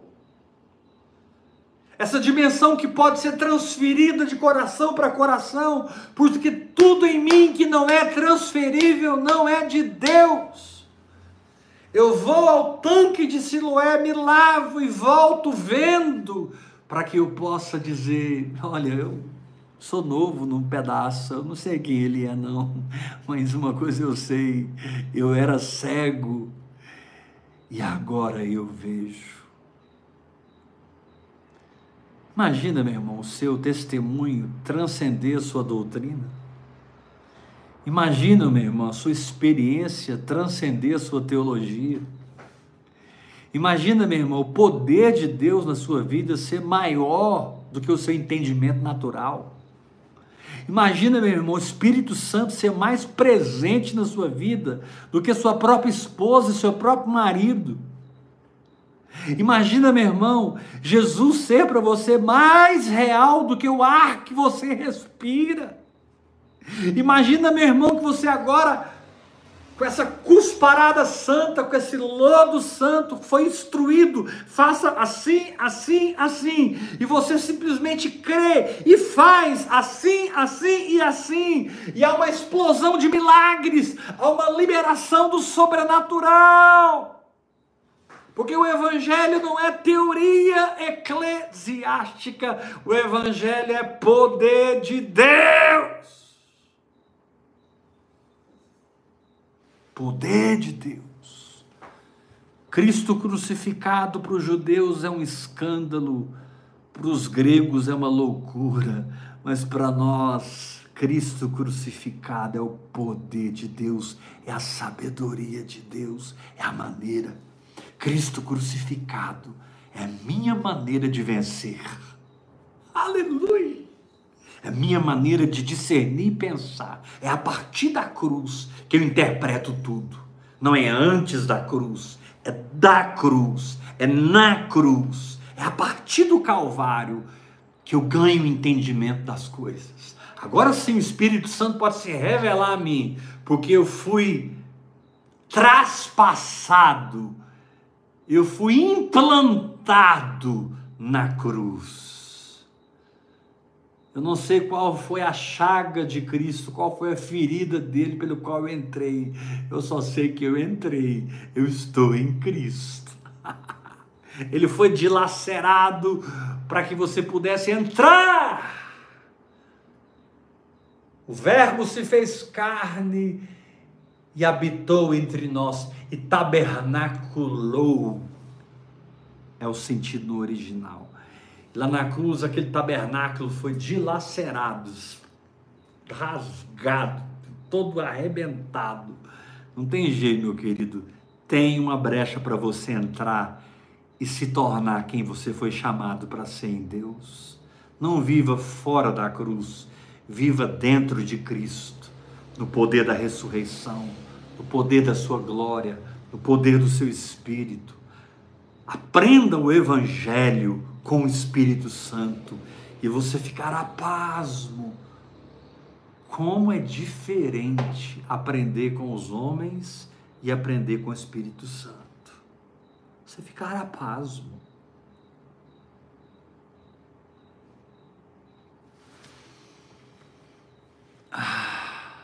Essa dimensão que pode ser transferida de coração para coração, porque tudo em mim que não é transferível não é de Deus. Eu vou ao tanque de Siloé, me lavo e volto vendo, para que eu possa dizer, olha, eu sou novo num pedaço, eu não sei quem ele é não, mas uma coisa eu sei, eu era cego e agora eu vejo. Imagina, meu irmão, o seu testemunho transcender a sua doutrina. Imagina, meu irmão, a sua experiência transcender a sua teologia. Imagina, meu irmão, o poder de Deus na sua vida ser maior do que o seu entendimento natural. Imagina, meu irmão, o Espírito Santo ser mais presente na sua vida do que sua própria esposa e seu próprio marido. Imagina, meu irmão, Jesus ser para você mais real do que o ar que você respira. Imagina, meu irmão, que você agora, com essa cusparada santa, com esse lodo santo, foi instruído, faça assim, assim, assim, e você simplesmente crê e faz assim, assim e assim, e há uma explosão de milagres, há uma liberação do sobrenatural. Porque o evangelho não é teoria eclesiástica, o evangelho é poder de Deus. Poder de Deus. Cristo crucificado para os judeus é um escândalo, para os gregos é uma loucura, mas para nós, Cristo crucificado é o poder de Deus, é a sabedoria de Deus, é a maneira. Cristo crucificado é a minha maneira de vencer. Aleluia! É a minha maneira de discernir e pensar. É a partir da cruz que eu interpreto tudo. Não é antes da cruz, é da cruz, é na cruz. É a partir do Calvário que eu ganho o entendimento das coisas. Agora sim o Espírito Santo pode se revelar a mim, porque eu fui traspassado, eu fui implantado na cruz. Eu não sei qual foi a chaga de Cristo, qual foi a ferida dele pelo qual eu entrei. Eu só sei que eu entrei, eu estou em Cristo. Ele foi dilacerado para que você pudesse entrar. O Verbo se fez carne e habitou entre nós, e tabernaculou, é o sentido no original. Lá na cruz, aquele tabernáculo foi dilacerado, rasgado, todo arrebentado. Não tem jeito, meu querido, tem uma brecha para você entrar e se tornar quem você foi chamado para ser em Deus. Não viva fora da cruz, viva dentro de Cristo, no poder da ressurreição, no poder da sua glória, no poder do seu Espírito. Aprenda o Evangelho com o Espírito Santo e você ficará pasmo. Como é diferente aprender com os homens e aprender com o Espírito Santo. Você ficará pasmo. Ah.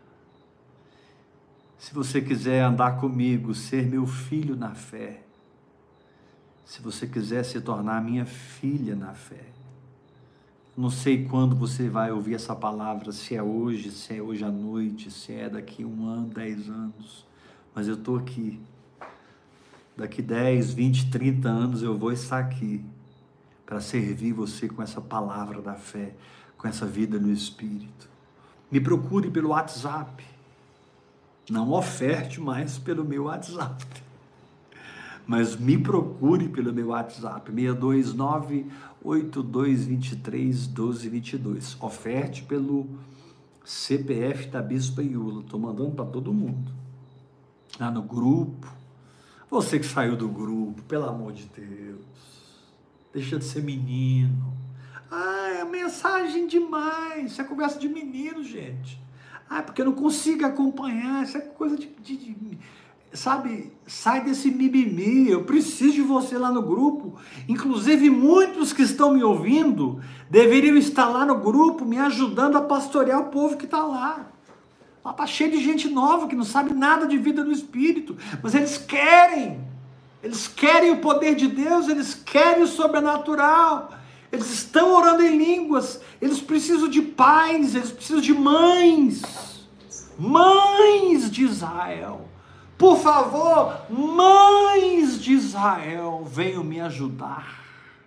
Se você quiser andar comigo, ser meu filho na fé, se você quiser se tornar minha filha na fé, não sei quando você vai ouvir essa palavra, se é hoje, se é hoje à noite, se é daqui um ano, dez anos, mas eu estou aqui. Daqui dez, vinte, trinta anos eu vou estar aqui para servir você com essa palavra da fé, com essa vida no Espírito. Me procure pelo WhatsApp. Não oferte mais pelo meu WhatsApp, mas me procure pelo meu WhatsApp, seis dois nove, oito dois dois três, um dois dois dois. Oferte pelo C P F da Bispa Iula. Estou mandando para todo mundo. Lá no grupo. Você que saiu do grupo, pelo amor de Deus. Deixa de ser menino. Ah, é mensagem demais. Isso é conversa de menino, gente. Ah, porque eu não consigo acompanhar. Isso é coisa de... de, de sabe, sai desse mimimi, eu preciso de você lá no grupo. Inclusive muitos que estão me ouvindo deveriam estar lá no grupo me ajudando a pastorear o povo que está lá. Lá está cheio de gente nova que não sabe nada de vida no Espírito, mas eles querem, eles querem o poder de Deus, eles querem o sobrenatural, eles estão orando em línguas, eles precisam de pais, eles precisam de mães, mães de Israel. Por favor, mães de Israel, venham me ajudar.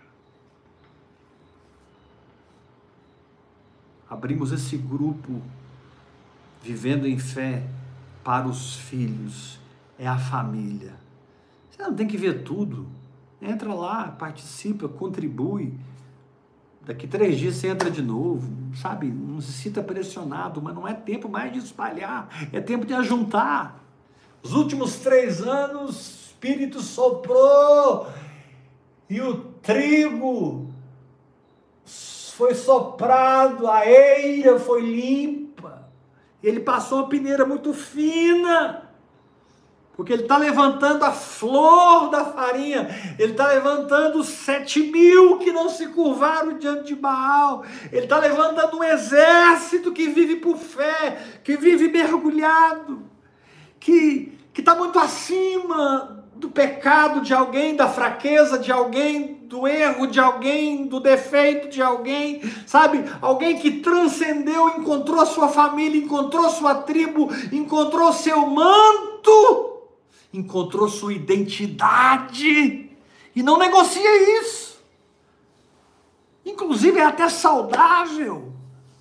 Abrimos esse grupo, vivendo em fé, para os filhos, é a família. Você não tem que ver tudo. Entra lá, participa, contribui. Daqui três dias você entra de novo, sabe? Não se sinta pressionado, mas não é tempo mais de espalhar, é tempo de ajuntar. Os últimos três anos, o Espírito soprou e o trigo foi soprado, a eira foi limpa. Ele passou uma peneira muito fina, porque ele está levantando a flor da farinha, ele está levantando os sete mil que não se curvaram diante de Baal, ele está levantando um exército que vive por fé, que vive mergulhado, que está muito acima do pecado de alguém, da fraqueza de alguém, do erro de alguém, do defeito de alguém, sabe? Alguém que transcendeu, encontrou a sua família, encontrou a sua tribo, encontrou seu manto, encontrou sua identidade e não negocia isso. Inclusive é até saudável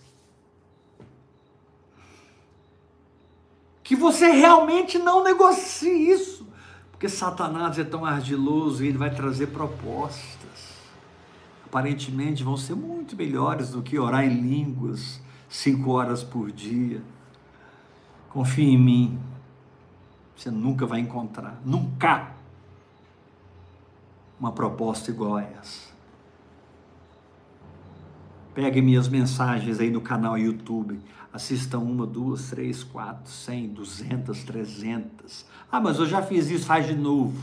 que você realmente não negocie isso, porque Satanás é tão ardiloso e ele vai trazer propostas, aparentemente vão ser muito melhores do que orar em línguas cinco horas por dia. Confie em mim, você nunca vai encontrar, nunca, uma proposta igual a essa. Pegue minhas mensagens aí no canal YouTube, assistam uma, duas, três, quatro, cem, duzentas, trezentas. Ah, mas eu já fiz isso, faz de novo.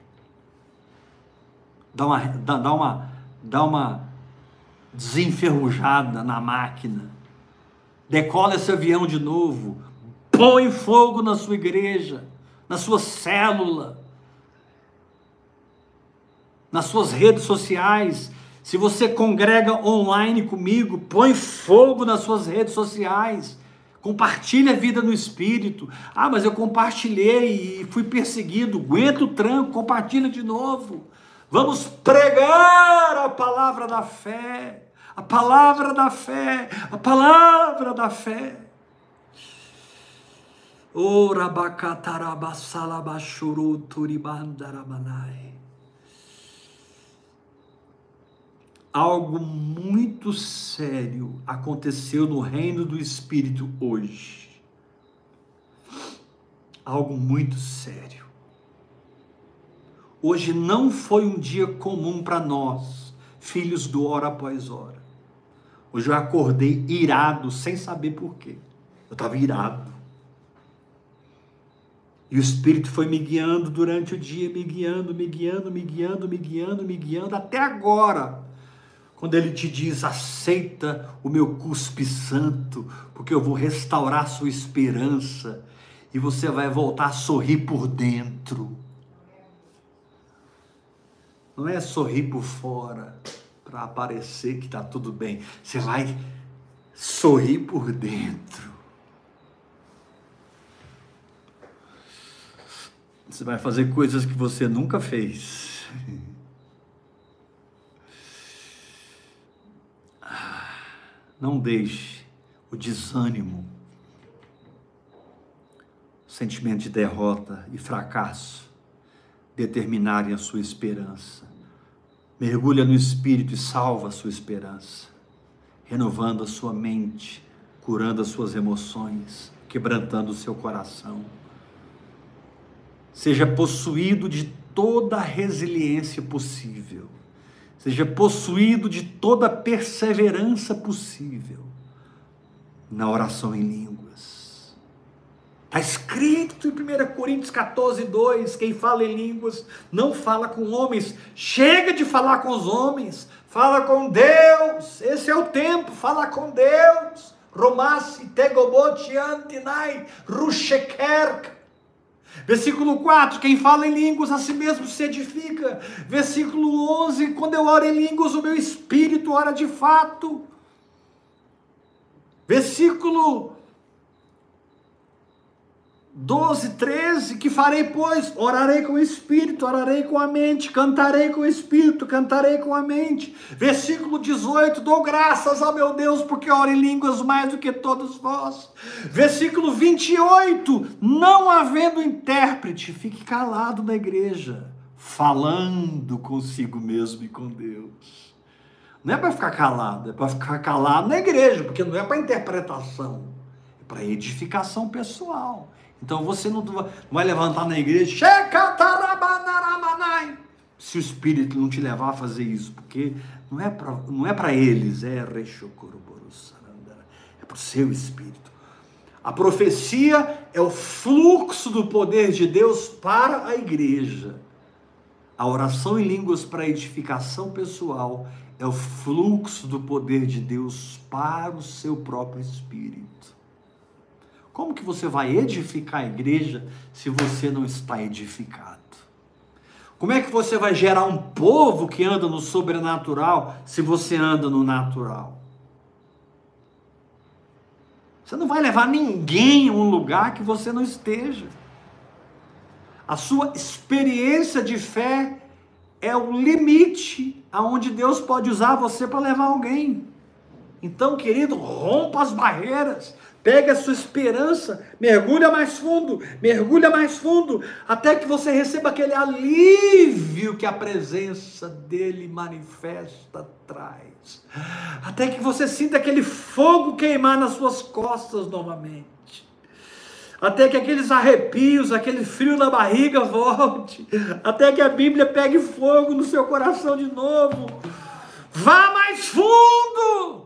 Dá uma, dá, dá uma, dá uma desenferrujada na máquina. Decola esse avião de novo. Põe fogo na sua igreja, na sua célula, nas suas redes sociais. Se você congrega online comigo, põe fogo nas suas redes sociais, compartilha a vida no Espírito. Ah, mas eu compartilhei e fui perseguido, aguenta o tranco, compartilha de novo. Vamos pregar a palavra da fé, a palavra da fé, a palavra da fé. Ora bacatarabassalabashuru turibandaramanai. Algo muito sério aconteceu no reino do Espírito hoje. Algo muito sério. Hoje não foi um dia comum para nós, filhos do hora após hora. Hoje eu acordei irado, sem saber por quê. Eu estava irado. E o Espírito foi me guiando durante o dia, me guiando, me guiando, me guiando, me guiando, me guiando, até agora. Quando Ele te diz, aceita o meu cuspe santo, porque eu vou restaurar sua esperança, e você vai voltar a sorrir por dentro. Não é sorrir por fora, para aparecer que está tudo bem. Você vai sorrir por dentro. Você vai fazer coisas que você nunca fez. Não deixe o desânimo, o sentimento de derrota e fracasso determinarem a sua esperança. Mergulha no Espírito e salva a sua esperança, renovando a sua mente, curando as suas emoções, quebrantando o seu coração. Seja possuído de toda a resiliência possível. Seja possuído de toda a perseverança possível na oração em línguas. Está escrito em primeira Coríntios quatorze, dois, quem fala em línguas não fala com homens. Chega de falar com os homens, fala com Deus. Esse é o tempo, fala com Deus. Romassi tegoboti antinai rushekerk. Versículo quatro, quem fala em línguas a si mesmo se edifica. Versículo onze, quando eu oro em línguas, o meu espírito ora de fato. Versículo doze, treze, que farei, pois? Orarei com o espírito, orarei com a mente, cantarei com o espírito, cantarei com a mente. Versículo dezoito, dou graças ao meu Deus, porque oro em línguas mais do que todos vós. Versículo vinte e oito, não havendo intérprete, fique calado na igreja, falando consigo mesmo e com Deus. Não é para ficar calado, é para ficar calado na igreja, porque não é para interpretação, é para edificação pessoal. Então você não vai levantar na igreja, se o Espírito não te levar a fazer isso, porque não é para não é para eles, é é para o seu Espírito. A profecia é o fluxo do poder de Deus para a igreja. A oração em línguas para edificação pessoal é o fluxo do poder de Deus para o seu próprio Espírito. Como que você vai edificar a igreja se você não está edificado? Como é que você vai gerar um povo que anda no sobrenatural se você anda no natural? Você não vai levar ninguém a um lugar que você não esteja. A sua experiência de fé é o limite aonde Deus pode usar você para levar alguém. Então, querido, rompa as barreiras. Pega a sua esperança, mergulha mais fundo, mergulha mais fundo, até que você receba aquele alívio que a presença dele manifesta, traz. Até que você sinta aquele fogo queimar nas suas costas novamente. Até que aqueles arrepios, aquele frio na barriga volte. Até que a Bíblia pegue fogo no seu coração de novo. Vá mais fundo!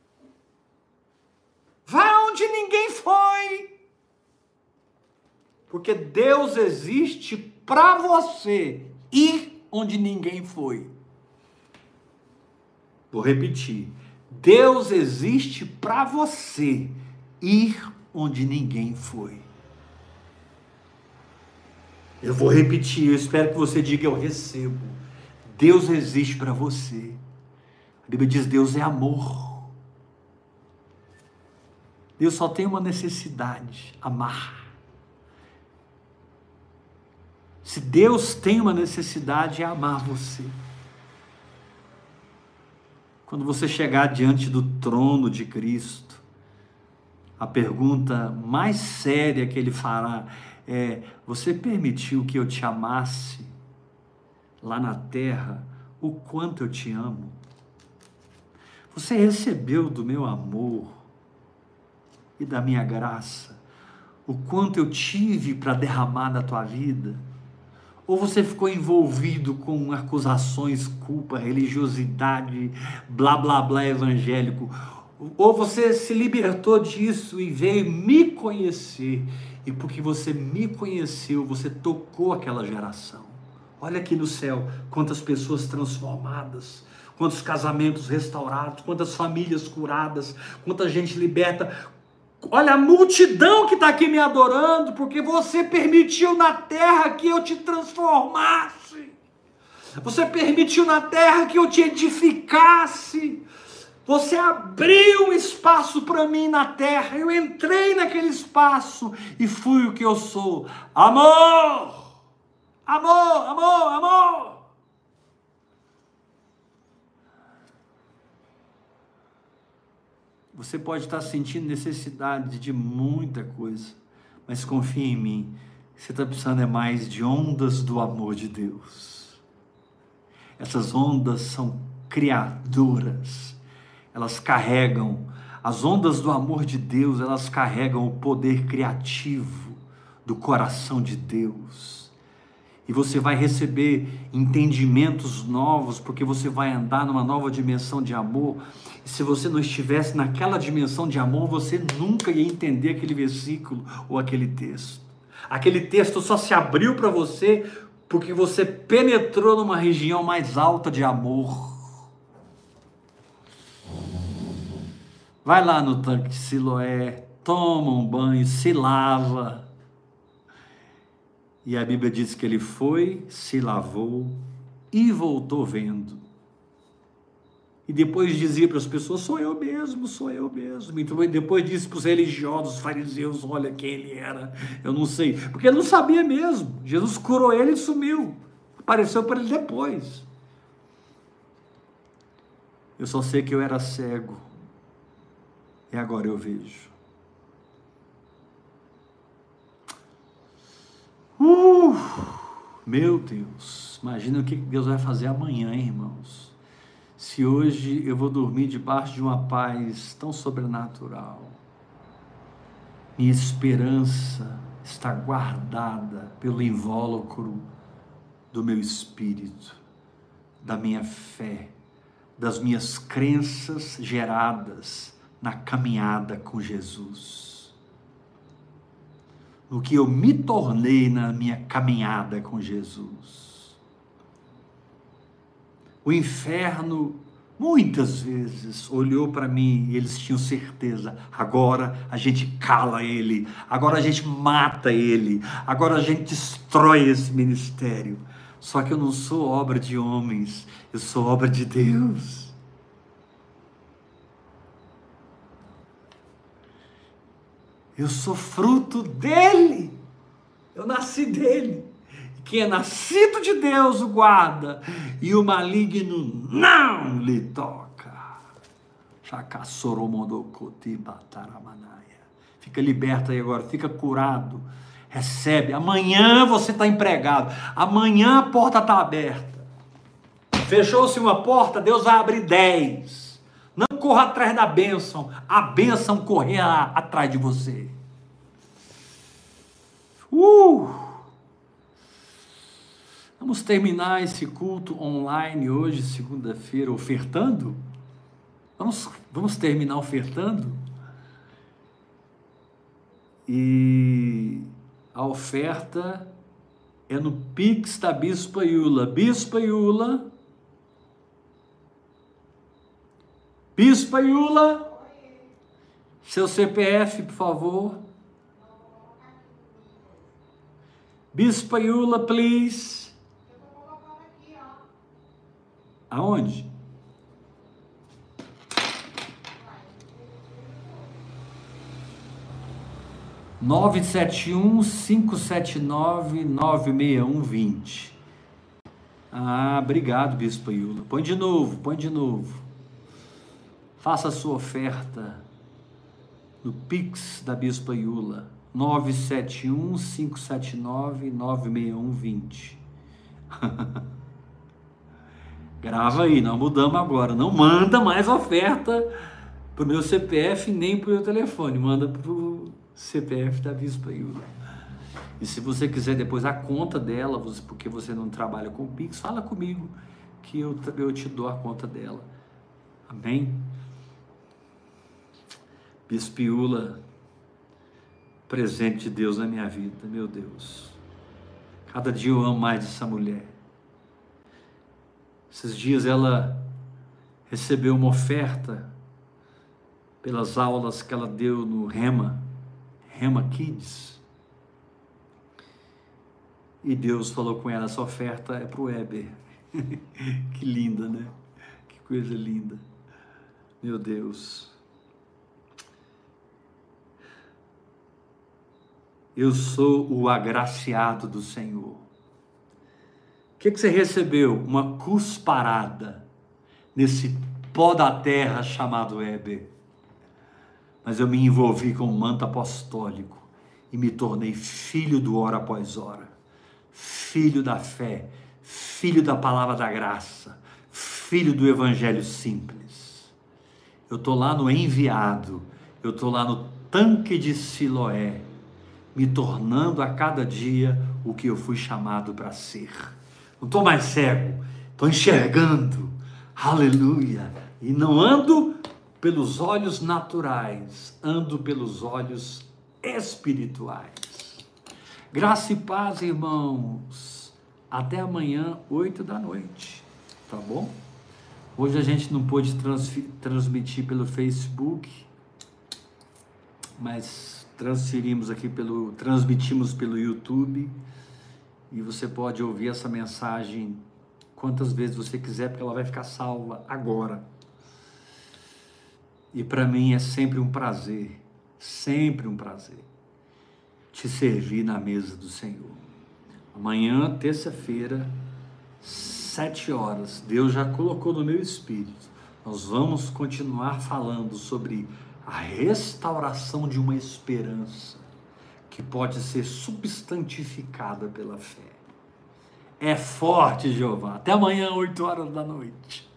Vá onde ninguém foi. Porque Deus existe para você ir onde ninguém foi. Vou repetir. Deus existe para você ir onde ninguém foi. Eu vou repetir, eu espero que você diga, eu recebo. Deus existe para você. A Bíblia diz, Deus é amor. Deus só tem uma necessidade, amar. Se Deus tem uma necessidade, é amar você. Quando você chegar diante do trono de Cristo, a pergunta mais séria que Ele fará é, você permitiu que eu te amasse lá na terra, o quanto eu te amo? Você recebeu do meu amor e da minha graça o quanto eu tive para derramar na tua vida? Ou você ficou envolvido com acusações, culpa, religiosidade, blá blá blá evangélico? Ou você se libertou disso e veio me conhecer, e porque você me conheceu, você tocou aquela geração. Olha aqui no céu, quantas pessoas transformadas, quantos casamentos restaurados, quantas famílias curadas, quanta gente liberta. Olha a multidão que está aqui me adorando, porque você permitiu na terra que eu te transformasse. Você permitiu na terra que eu te edificasse. Você abriu um espaço para mim na terra. Eu entrei naquele espaço e fui o que eu sou. Amor! Amor, amor, amor! Você pode estar sentindo necessidade de muita coisa, mas confia em mim, você está precisando é mais de ondas do amor de Deus. Essas ondas são criadoras, elas carregam, as ondas do amor de Deus, elas carregam o poder criativo do coração de Deus. E você vai receber entendimentos novos, porque você vai andar numa nova dimensão de amor. E se você não estivesse naquela dimensão de amor, você nunca ia entender aquele versículo ou aquele texto. Aquele texto só se abriu para você porque você penetrou numa região mais alta de amor. Vai lá no tanque de Siloé, toma um banho, se lava. E a Bíblia diz que ele foi, se lavou e voltou vendo. E depois dizia para as pessoas, sou eu mesmo, sou eu mesmo. E depois disse para os religiosos, os fariseus, olha quem ele era, eu não sei. Porque ele não sabia mesmo. Jesus curou ele e sumiu. Apareceu para ele depois. Eu só sei que eu era cego. E agora eu vejo. Uh, meu Deus, imagina o que Deus vai fazer amanhã, hein, irmãos. Se hoje eu vou dormir debaixo de uma paz tão sobrenatural, minha esperança está guardada pelo invólucro do meu espírito, da minha fé, das minhas crenças geradas na caminhada com Jesus. No que eu me tornei na minha caminhada com Jesus. O inferno, muitas vezes, olhou para mim e eles tinham certeza, agora a gente cala ele, agora a gente mata ele, agora a gente destrói esse ministério. Só que eu não sou obra de homens, eu sou obra de Deus. Eu sou fruto dele, eu nasci dele. Quem é nascido de Deus o guarda, e o maligno não lhe toca. Fica liberto aí agora, fica curado, recebe. Amanhã você está empregado, amanhã a porta está aberta. Fechou-se uma porta, Deus vai abrir dez. Não corra atrás da bênção, a bênção correrá atrás de você. Uh! Vamos terminar esse culto online hoje, segunda-feira, ofertando? Vamos, vamos terminar ofertando? E a oferta é no Pix da Bispa Iula. Bispa Iula. Bispa Iula. Seu C P F, por favor. Bispa Iula, please. Aonde? nove sete um, cinco sete nove, nove seis um, dois zero. Ah, obrigado, Bispa Iula. Põe de novo, põe de novo. Faça a sua oferta no Pix da Bispa Iula. nove sete um, cinco sete nove, nove seis um, dois zero. Grava aí, nós mudamos agora. Não manda mais oferta pro meu C P F nem pro meu telefone. Manda pro C P F da Bispa Hilda. E se você quiser depois a conta dela, porque você não trabalha com o Pix, fala comigo que eu, eu te dou a conta dela. Amém? Bispa Hilda, presente de Deus na minha vida, meu Deus. Cada dia eu amo mais essa mulher. Esses dias ela recebeu uma oferta pelas aulas que ela deu no Rema, Rema Kids. E Deus falou com ela, essa oferta é para o Weber. Que linda, né? Que coisa linda. Meu Deus. Eu sou o agraciado do Senhor. O que, que você recebeu? Uma cusparada nesse pó da terra chamado Weber. Mas eu me envolvi com o manto apostólico e me tornei filho do hora após hora, filho da fé, filho da palavra da graça, filho do evangelho simples. Eu estou lá no enviado, eu estou lá no tanque de Siloé, me tornando a cada dia o que eu fui chamado para ser. Não estou mais cego, estou enxergando, aleluia, e não ando pelos olhos naturais, ando pelos olhos espirituais. Graça e paz, irmãos, até amanhã, oito da noite, tá bom? Hoje a gente não pôde transmitir pelo Facebook, mas transferimos aqui pelo, transmitimos pelo YouTube, e você pode ouvir essa mensagem quantas vezes você quiser, porque ela vai ficar salva agora. E para mim é sempre um prazer, sempre um prazer, te servir na mesa do Senhor. Amanhã, terça-feira, sete horas, Deus já colocou no meu espírito, nós vamos continuar falando sobre a restauração de uma esperança que pode ser substantificada pela fé. É forte, Jeová. Até amanhã, oito horas da noite.